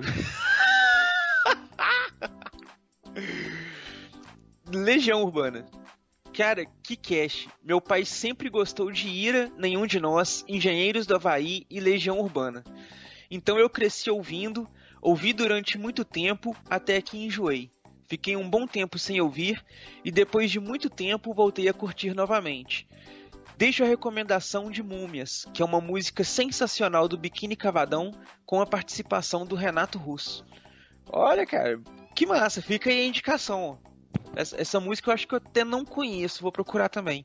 Legião Urbana. Cara, que cast. Meu pai sempre gostou de Ira, Nenhum de Nós, Engenheiros do Havaí e Legião Urbana. Então eu cresci ouvi durante muito tempo, até que enjoei. Fiquei um bom tempo sem ouvir e depois de muito tempo voltei a curtir novamente. Deixo a recomendação de Múmias, que é uma música sensacional do Biquíni Cavadão com a participação do Renato Russo. Olha, cara, que massa, fica aí a indicação. Essa música eu acho que eu até não conheço, vou procurar também.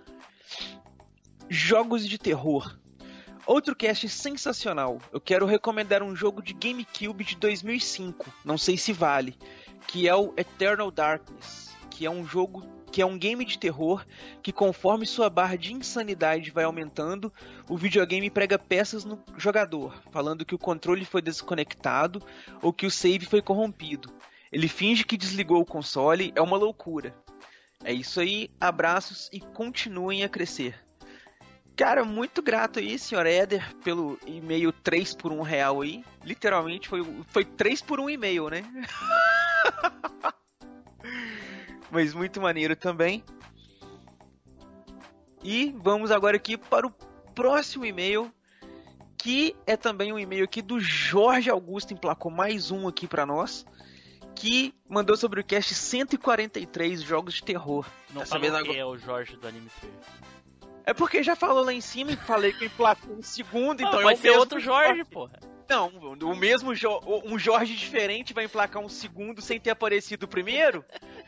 Jogos de terror. Outro cast sensacional. Eu quero recomendar um jogo de GameCube de 2005, não sei se vale, que é o Eternal Darkness, que é um game de terror que, conforme sua barra de insanidade vai aumentando, o videogame prega peças no jogador, falando que o controle foi desconectado ou que o save foi corrompido. Ele finge que desligou o console, é uma loucura. É isso aí, abraços e continuem a crescer. Cara, muito grato aí, senhor Éder, pelo e-mail 3 por R$1 aí. Literalmente foi 3 por 1 e-mail, né? Mas muito maneiro também. E vamos agora aqui para o próximo e-mail, que é também um e-mail aqui do Jorge Augusto, emplacou mais um aqui pra nós, que mandou sobre o cast 143 jogos de terror. Não falou que é o Jorge do Anime Sphere. É porque já falou lá em cima e falei que emplacou um segundo, então vai ser outro Jorge, porra. Não, o mesmo um Jorge diferente vai emplacar um segundo sem ter aparecido o primeiro?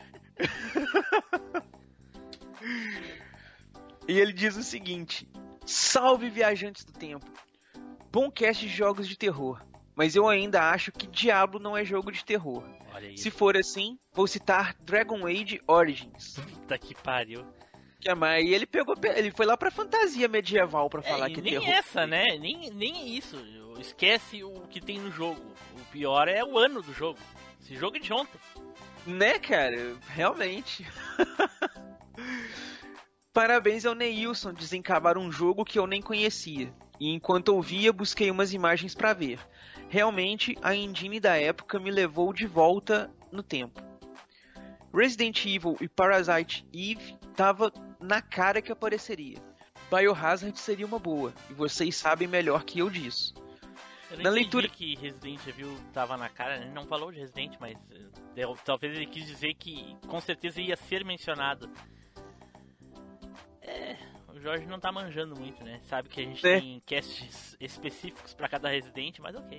E ele diz o seguinte: salve viajantes do tempo. Bom cast de jogos de terror, mas eu ainda acho que Diablo não é jogo de terror. Se for assim, vou citar Dragon Age Origins. Puta que pariu. E ele foi lá pra fantasia medieval pra falar que é terror. Nem essa, né? Nem isso. Esquece o que tem no jogo. O pior é o ano do jogo. Esse jogo é de ontem. Né, cara? Realmente. Parabéns ao Neilson, desencavar um jogo que eu nem conhecia. E enquanto ouvia, busquei umas imagens pra ver. Realmente, a engine da época me levou de volta no tempo. Resident Evil e Parasite Eve tava na cara que apareceria. Biohazard seria uma boa, e vocês sabem melhor que eu disso. Eu não entendi que Resident Evil tava na cara, ele não falou de Resident, mas talvez ele quis dizer que com certeza ia ser mencionado. O Jorge não tá manjando muito, né? Sabe que a gente tem casts específicos pra cada Resident, mas ok.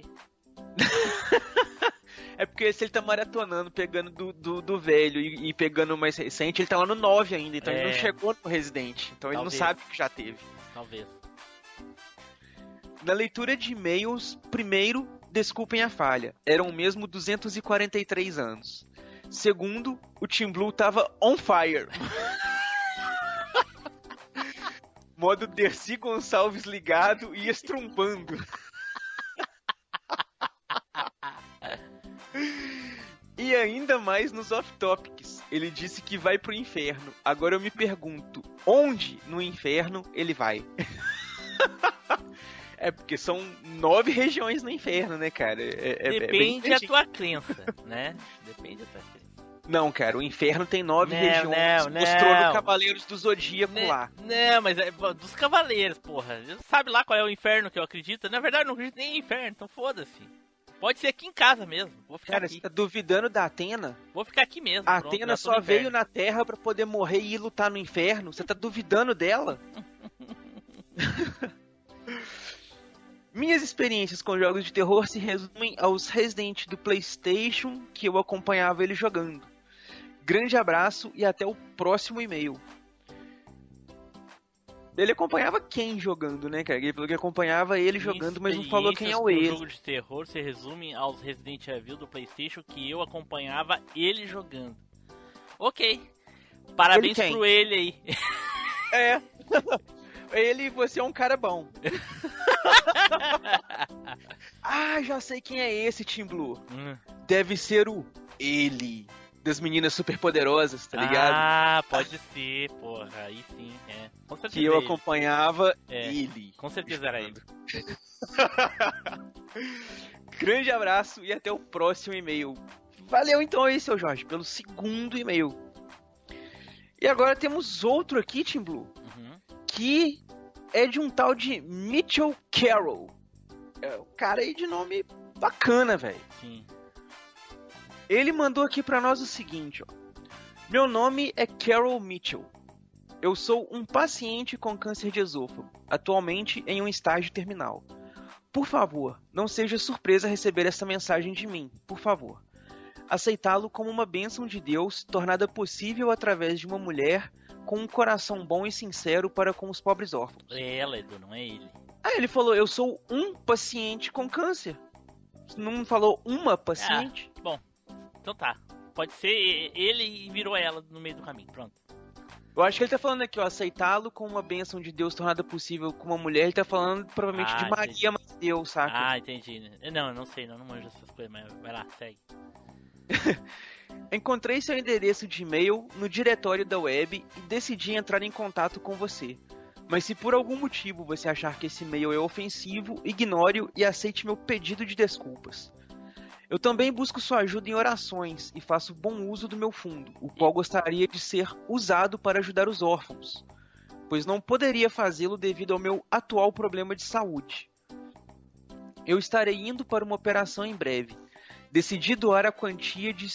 É porque se ele tá maratonando, pegando do velho e pegando o mais recente, ele tá lá no 9 ainda, então ele não chegou no Resident, então ele não sabe que já teve. Talvez. Na leitura de e-mails, primeiro, desculpem a falha, eram mesmo 243 anos. Segundo, o Team Blue tava on fire. Modo Dercy Gonçalves ligado e estrumbando. E ainda mais nos off-topics. Ele disse que vai pro inferno. Agora eu me pergunto, onde no inferno ele vai? É porque são 9 regiões no inferno, né, cara? Depende da tua crença, né? Depende da tua crença. Não, cara, o inferno tem 9 regiões. Mostrou no Cavaleiros do Zodíaco lá. Não, mas é dos Cavaleiros, porra. Sabe lá qual é o inferno que eu acredito? Na verdade, eu não acredito nem em inferno, então foda-se. Pode ser aqui em casa mesmo. Vou ficar cara, aqui. Você tá duvidando da Atena? Vou ficar aqui mesmo. A Atena só veio na Terra pra poder morrer e ir lutar no inferno. Você tá duvidando dela? Minhas experiências com jogos de terror se resumem aos Resident do PlayStation que eu acompanhava ele jogando. Grande abraço e até o próximo e-mail. Ele acompanhava quem jogando, né, cara? Ele falou que acompanhava ele jogando, mas não falou quem é o ele. O jogo de terror se resume aos Resident Evil do PlayStation que eu acompanhava ele jogando. Ok. Parabéns pro ele aí. É. Ele, você é um cara bom. Ah, já sei quem é esse, Team Blue. Deve ser o ele das meninas superpoderosas, tá ligado? Ah, pode ser, porra. Aí sim, Com certeza que eu acompanhava ele. Com certeza era ele. Grande abraço e até o próximo e-mail. Valeu então aí, seu Jorge, pelo segundo e-mail. E agora temos outro aqui, Team Blue, que é de um tal de Mitchell Carroll. É um cara aí de nome bacana, velho. Sim. Ele mandou aqui pra nós o seguinte, ó. Meu nome é Carol Mitchell. Eu sou um paciente com câncer de esôfago, atualmente em um estágio terminal. Por favor, não seja surpresa receber essa mensagem de mim, por favor. Aceitá-lo como uma bênção de Deus, tornada possível através de uma mulher com um coração bom e sincero para com os pobres órfãos. É ela, Edu, não é ele. Ah, ele falou, eu sou um paciente com câncer. Não falou uma paciente? Bom, então tá. Pode ser ele e virou ela no meio do caminho, pronto. Eu acho que ele tá falando aqui, ó, aceitá-lo com uma bênção de Deus tornada possível com uma mulher. Ele tá falando provavelmente de Maria, mas Deus, saca? Ah, entendi. Não, eu não sei, não manjo essas coisas, mas vai lá, segue. Encontrei seu endereço de e-mail no diretório da web e decidi entrar em contato com você. Mas se por algum motivo você achar que esse e-mail é ofensivo, ignore-o e aceite meu pedido de desculpas. Eu também busco sua ajuda em orações e faço bom uso do meu fundo, o qual gostaria de ser usado para ajudar os órfãos. pois não poderia fazê-lo devido ao meu atual problema de saúde. Eu estarei indo para uma operação em breve. Decidi doar a quantia de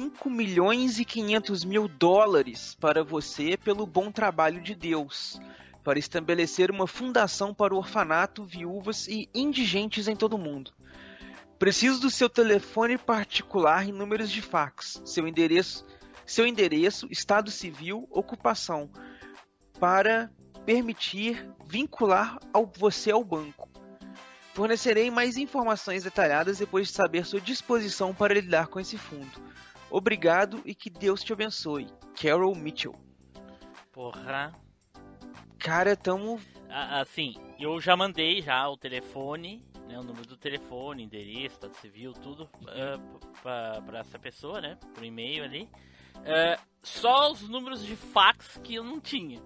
$5.500.000 para você pelo bom trabalho de Deus, para estabelecer uma fundação para o orfanato, viúvas e indigentes em todo o mundo. Preciso do seu telefone particular e números de fax, seu endereço, estado civil, ocupação, para permitir vincular você ao banco. Fornecerei mais informações detalhadas depois de saber sua disposição para lidar com esse fundo. Obrigado e que Deus te abençoe. Carol Mitchell. Porra. Cara, tamo... Assim, eu já mandei o telefone, né, o número do telefone, endereço, estado civil, tudo pra essa pessoa, né, por e-mail ali. Só os números de fax que eu não tinha.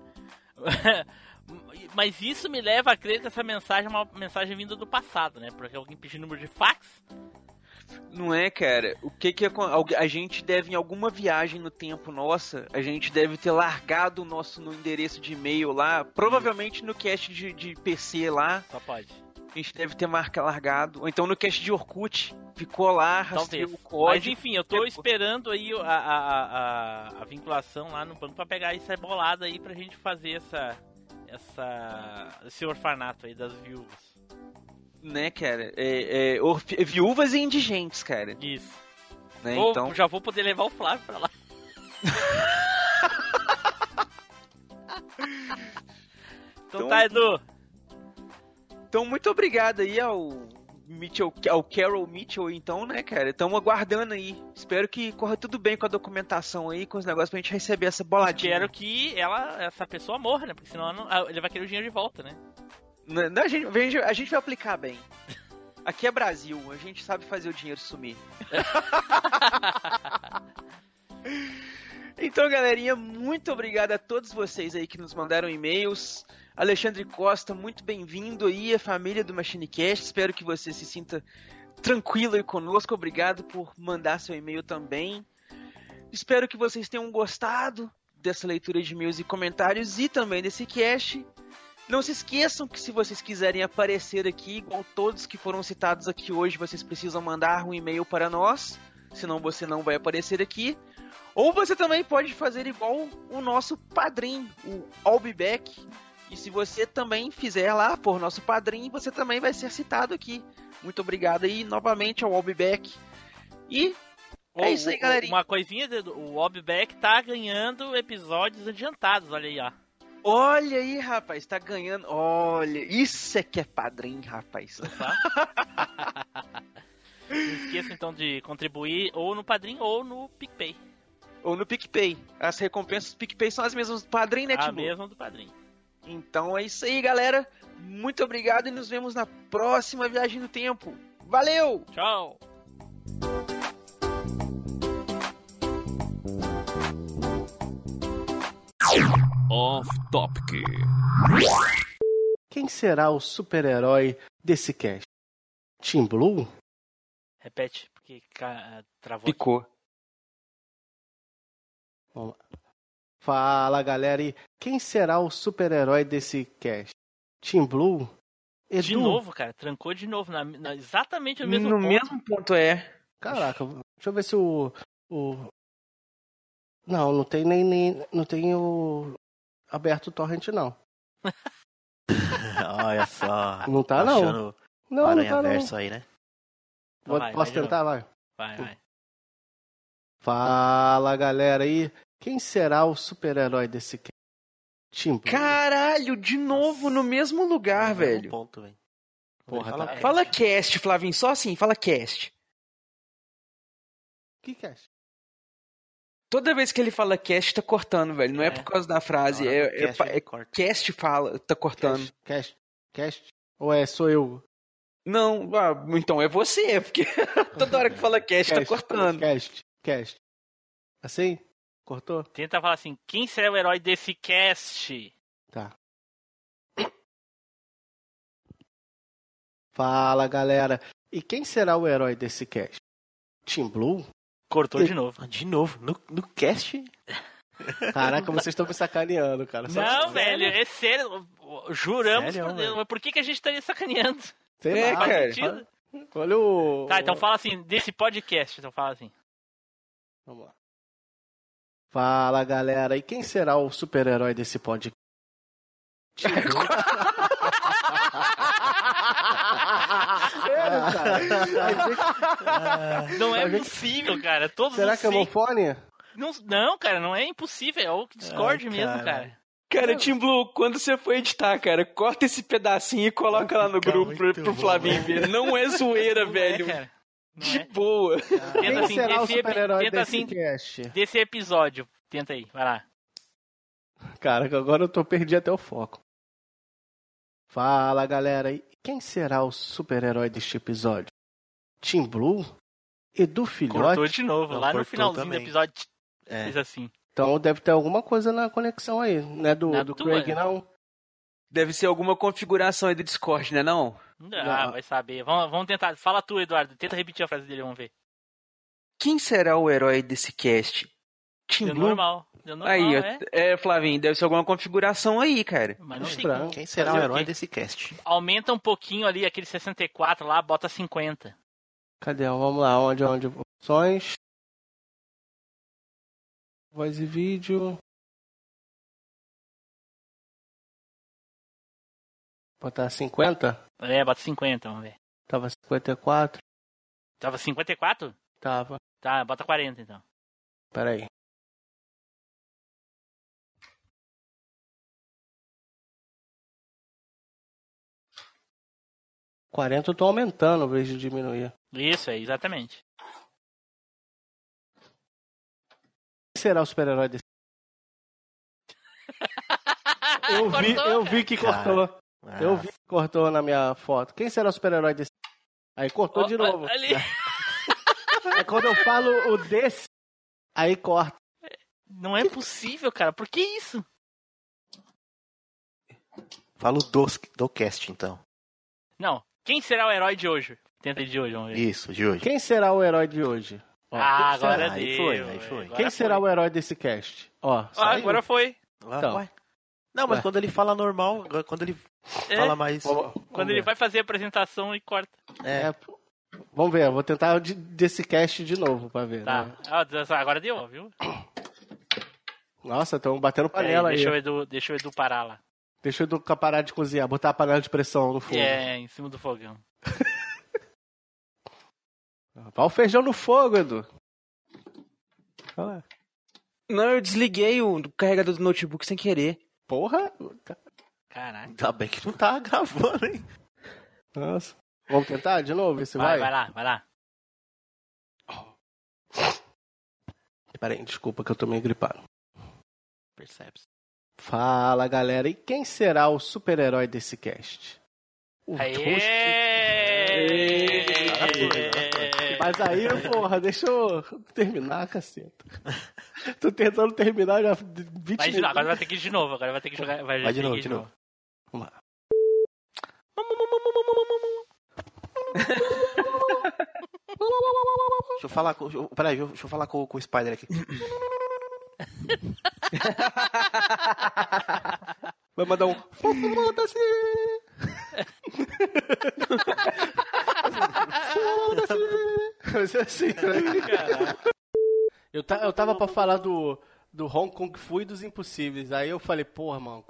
Mas isso me leva a crer que essa mensagem é uma mensagem vinda do passado, né? Porque alguém pediu número de fax. Não é, cara? O que a gente deve, em alguma viagem no tempo nossa, a gente deve ter largado o nosso no endereço de e-mail lá, provavelmente no cache de PC lá. Só pode. A gente deve ter largado. Ou então no cache de Orkut, ficou lá, rastreou o código. Mas enfim, eu tô esperando aí a vinculação lá no banco pra pegar essa bolada aí pra gente fazer esse orfanato aí das viúvas. Né, cara? Viúvas e indigentes, cara. Isso. Né, então... Já vou poder levar o Flávio pra lá. Então tá, Edu. Então, muito obrigado aí ao Carol Mitchell, então, né, cara? Estamos aguardando aí. Espero que corra tudo bem com a documentação aí, com os negócios pra gente receber essa boladinha. Espero que essa pessoa morra, né? Porque senão ele vai querer o dinheiro de volta, né? Não, a gente vai aplicar bem. Aqui é Brasil, a gente sabe fazer o dinheiro sumir. Então, galerinha, muito obrigado a todos vocês aí que nos mandaram e-mails. Alexandre Costa, muito bem-vindo aí, a família do MachineCast. Espero que você se sinta tranquilo aí conosco. Obrigado por mandar seu e-mail também. Espero que vocês tenham gostado dessa leitura de e-mails e comentários e também desse cast. Não se esqueçam que se vocês quiserem aparecer aqui, igual todos que foram citados aqui hoje, vocês precisam mandar um e-mail para nós, senão você não vai aparecer aqui. Ou você também pode fazer igual o nosso padrinho, o I'll Be Back. E se você também fizer lá, for nosso padrinho, você também vai ser citado aqui. Muito obrigado aí novamente ao I'll Be Back. E é isso aí, galerinha. Uma coisinha, o I'll Be Back tá ganhando episódios adiantados, olha aí, ó. Olha aí, rapaz, tá ganhando. Olha, isso é que é padrinho, rapaz. Não esqueça então de contribuir ou no Padrim ou no PicPay. Ou no PicPay. As recompensas do PicPay são as mesmas do Padrim, né, Tibu? A mesma do Padrim. Então é isso aí, galera. Muito obrigado e nos vemos na próxima viagem no tempo. Valeu! Tchau! Off Topic. Quem será o super-herói desse cast? Team Blue? Repete, porque travou. Picou. Vamos lá. Fala, galera. E quem será o super-herói desse cast? Team Blue? Edu? De novo, cara. Trancou de novo. Exatamente no mesmo ponto. No mesmo ponto, é. Caraca, deixa eu ver se o... Não tem não tem o... aberto o torrent, não. Olha só. Não tá, não. Não, Aranhaverso aí, né? Então posso tentar? Vai. Vai. Fala, galera. E quem será o super-herói desse cast? Team Blue? Caralho, de novo no mesmo lugar, velho. Ponto, velho. Porra, fala cast, Flavinho. Só assim, fala cast. Que cast? Toda vez que ele fala cast, tá cortando, velho. Não é por causa da frase. Cast fala, tá cortando. Cast. Ou sou eu? Não, então é você, porque toda hora que fala cast, tá cortando. Cast. Assim? Cortou? Tenta falar assim, quem será o herói desse cast? Tá. Fala, galera. E quem será o herói desse cast? Team Blue? Cortou de novo. De novo? No cast? Caraca, vocês estão me sacaneando, cara. Não, velho, é sério. Juramos Sério, por Deus. Mas por que a gente estaria sacaneando? Sei lá, Faz cara. sentido? Olha o... Tá, então fala assim, desse podcast, então fala assim. Vamos lá. Fala, galera. E quem será o super-herói desse podcast? Sério, cara? Não é possível, cara. Todos Será os que é homofone? Não, cara, não é impossível. É o Discord mesmo, cara. Cara, Tim Blue, quando você for editar, cara, corta esse pedacinho e coloca lá no grupo pro Flavinho ver. Não é zoeira, velho. Cara. Não De é. boa. Quem será o super-herói tenta desse assim, cast? desse episódio. Tenta aí, vai lá. Cara, que agora eu perdi até o foco. Fala, galera. E quem será o super-herói deste episódio? Tim Blue? Edu Filhote? Cortou de novo. Não, Lá no cortou finalzinho também. do episódio, É. fez assim. Então deve ter alguma coisa na conexão aí. Não é Na do tua. Craig, não? Deve ser alguma configuração aí do Discord, né não? Ah, vai saber. Vamos tentar. Fala tu, Eduardo. Tenta repetir a frase dele, vamos ver. Quem será o herói desse cast? Tim Deu Blue? normal. Deu normal, Aí, é. Flavinho, deve ser alguma configuração aí, cara. Mas não tem Estranho. como. Quem será Fazer o o herói quê? desse cast? Aumenta um pouquinho ali, aquele 64 lá, bota 50. Cadê? Vamos lá. Onde? Opções. Voz e vídeo. Botar 50? É, bota 50, vamos ver. Tava 54. Tava 54? Tava. Tá, bota 40 então. Pera aí. $40 eu tô aumentando ao invés de diminuir. Isso, é, exatamente. Quem será o super-herói desse? Eu vi que cortou. Eu vi que cortou na minha foto. Quem será o super-herói desse? Aí cortou de novo. Ali. É quando eu falo o desse, aí corta. Não é possível, cara. Por que isso? Fala o do cast, então. Não. Quem será o herói de hoje? Tenta aí de hoje, vamos ver. Isso, de hoje. Quem será o herói de hoje? Ó, Ah, quem será? agora Aí deu. foi, aí foi. Agora Quem será foi. o herói desse cast? Ó, Ah, saiu. agora foi. Então. Ué. Não, mas Ué. quando ele fala normal, quando ele É. fala mais... Quando ele vai fazer a apresentação e corta. É, vamos ver, eu vou tentar desse cast de novo pra ver. Tá. Né? Ah, agora deu, viu? Nossa, estão batendo panela aí. Deixa o Edu parar lá. Deixa o Edu parar de cozinhar, botar a panela de pressão no fogo. É, em cima do fogão. Vai o feijão no fogo, Edu. Olha. Não, eu desliguei o carregador do notebook sem querer. Porra! Caraca. Ainda bem que não tá gravando, hein? Nossa. Vamos tentar de novo, ver se vai? Vai lá. Pera aí, desculpa que eu tô meio gripado. Percebe-se. Fala, galera. E quem será o super-herói desse cast? O Mas aí, porra, deixa eu terminar, caceta. Tô tentando terminar já 20 Vai de novo, minutos. agora vai ter que ir de novo. Agora vai ter que jogar. Vai de ter novo, que ir de novo. Vamos lá. Deixa eu falar com... Peraí, deixa eu falar com o Spider aqui. Vai mandar um... Foda-se! Vai ser assim, né? Eu tava pra falar do Hong Kong Fu e dos Impossíveis. Aí eu falei, porra, mano...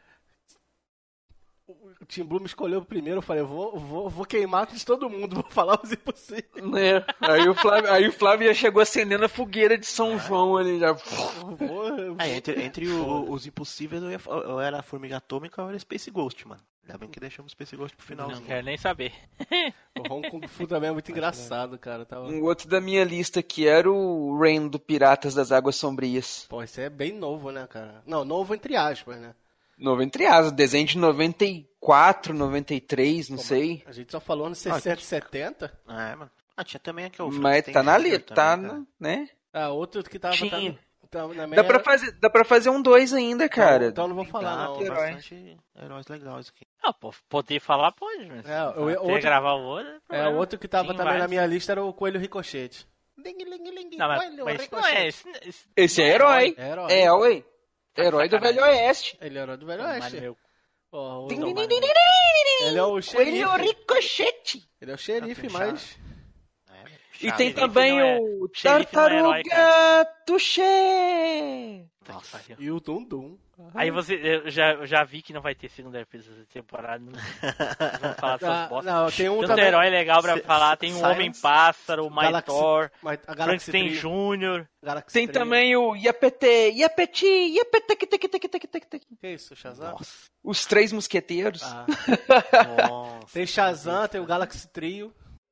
O Tim Blue me escolheu primeiro, eu falei, vou queimar de todo mundo, vou falar os impossíveis. É. Aí o Flávio já chegou acendendo a fogueira de São João ali já. Entre os impossíveis eu era a Formiga Atômica ou era Space Ghost, mano. Ainda bem que deixamos Space Ghost pro final. Não quero nem saber. O Hong Kong Fu também é muito engraçado, cara. Tava... Um outro da minha lista que era o Rain do Piratas das Águas Sombrias. Pô, isso é bem novo, né, cara? Não, novo entre aspas, né? Novo entre aspas, desenho de 94, 93, não sei. A gente só falou nos 60 e 70. É, mano. Ah, tinha também aqui o Mas tá na lista, tá, né? Ah, outro que tava... Tinha. Tava na Dá pra fazer um 2 ainda, cara. Então não vou falar, não. Tem bastante heróis legais aqui. Ah, pô, poder falar pode, mas outro, gravar o outro... o outro que tava também na minha lista era o Coelho Ricochete. Não, mas isso não é. Esse é herói. Herói. É, ué. Herói do Velho Oeste. Ele é herói do Velho Oeste. Ele Ele é o xerife. Ele é o ricochete. Ele é o xerife, mas... E tem também o Tartaruga Tuxê. E o Dum. Aí eu já vi que não vai ter segunda temporada. Não vamos falar dessas bostas. Não, tem um tanto também... herói legal pra falar. Tem o Homem-Pássaro, o Maitor, Frankenstein Jr. Tem também o Iapete, Iapeti. Que isso, Shazam? Nossa. Os Três Mosqueteiros. Nossa. Tem Shazam, tem o Galaxy Trio.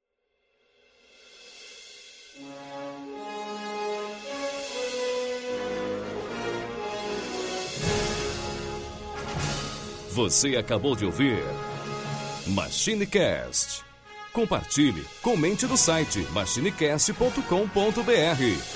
Você acabou de ouvir MachineCast. Compartilhe, comente no site machinecast.com.br.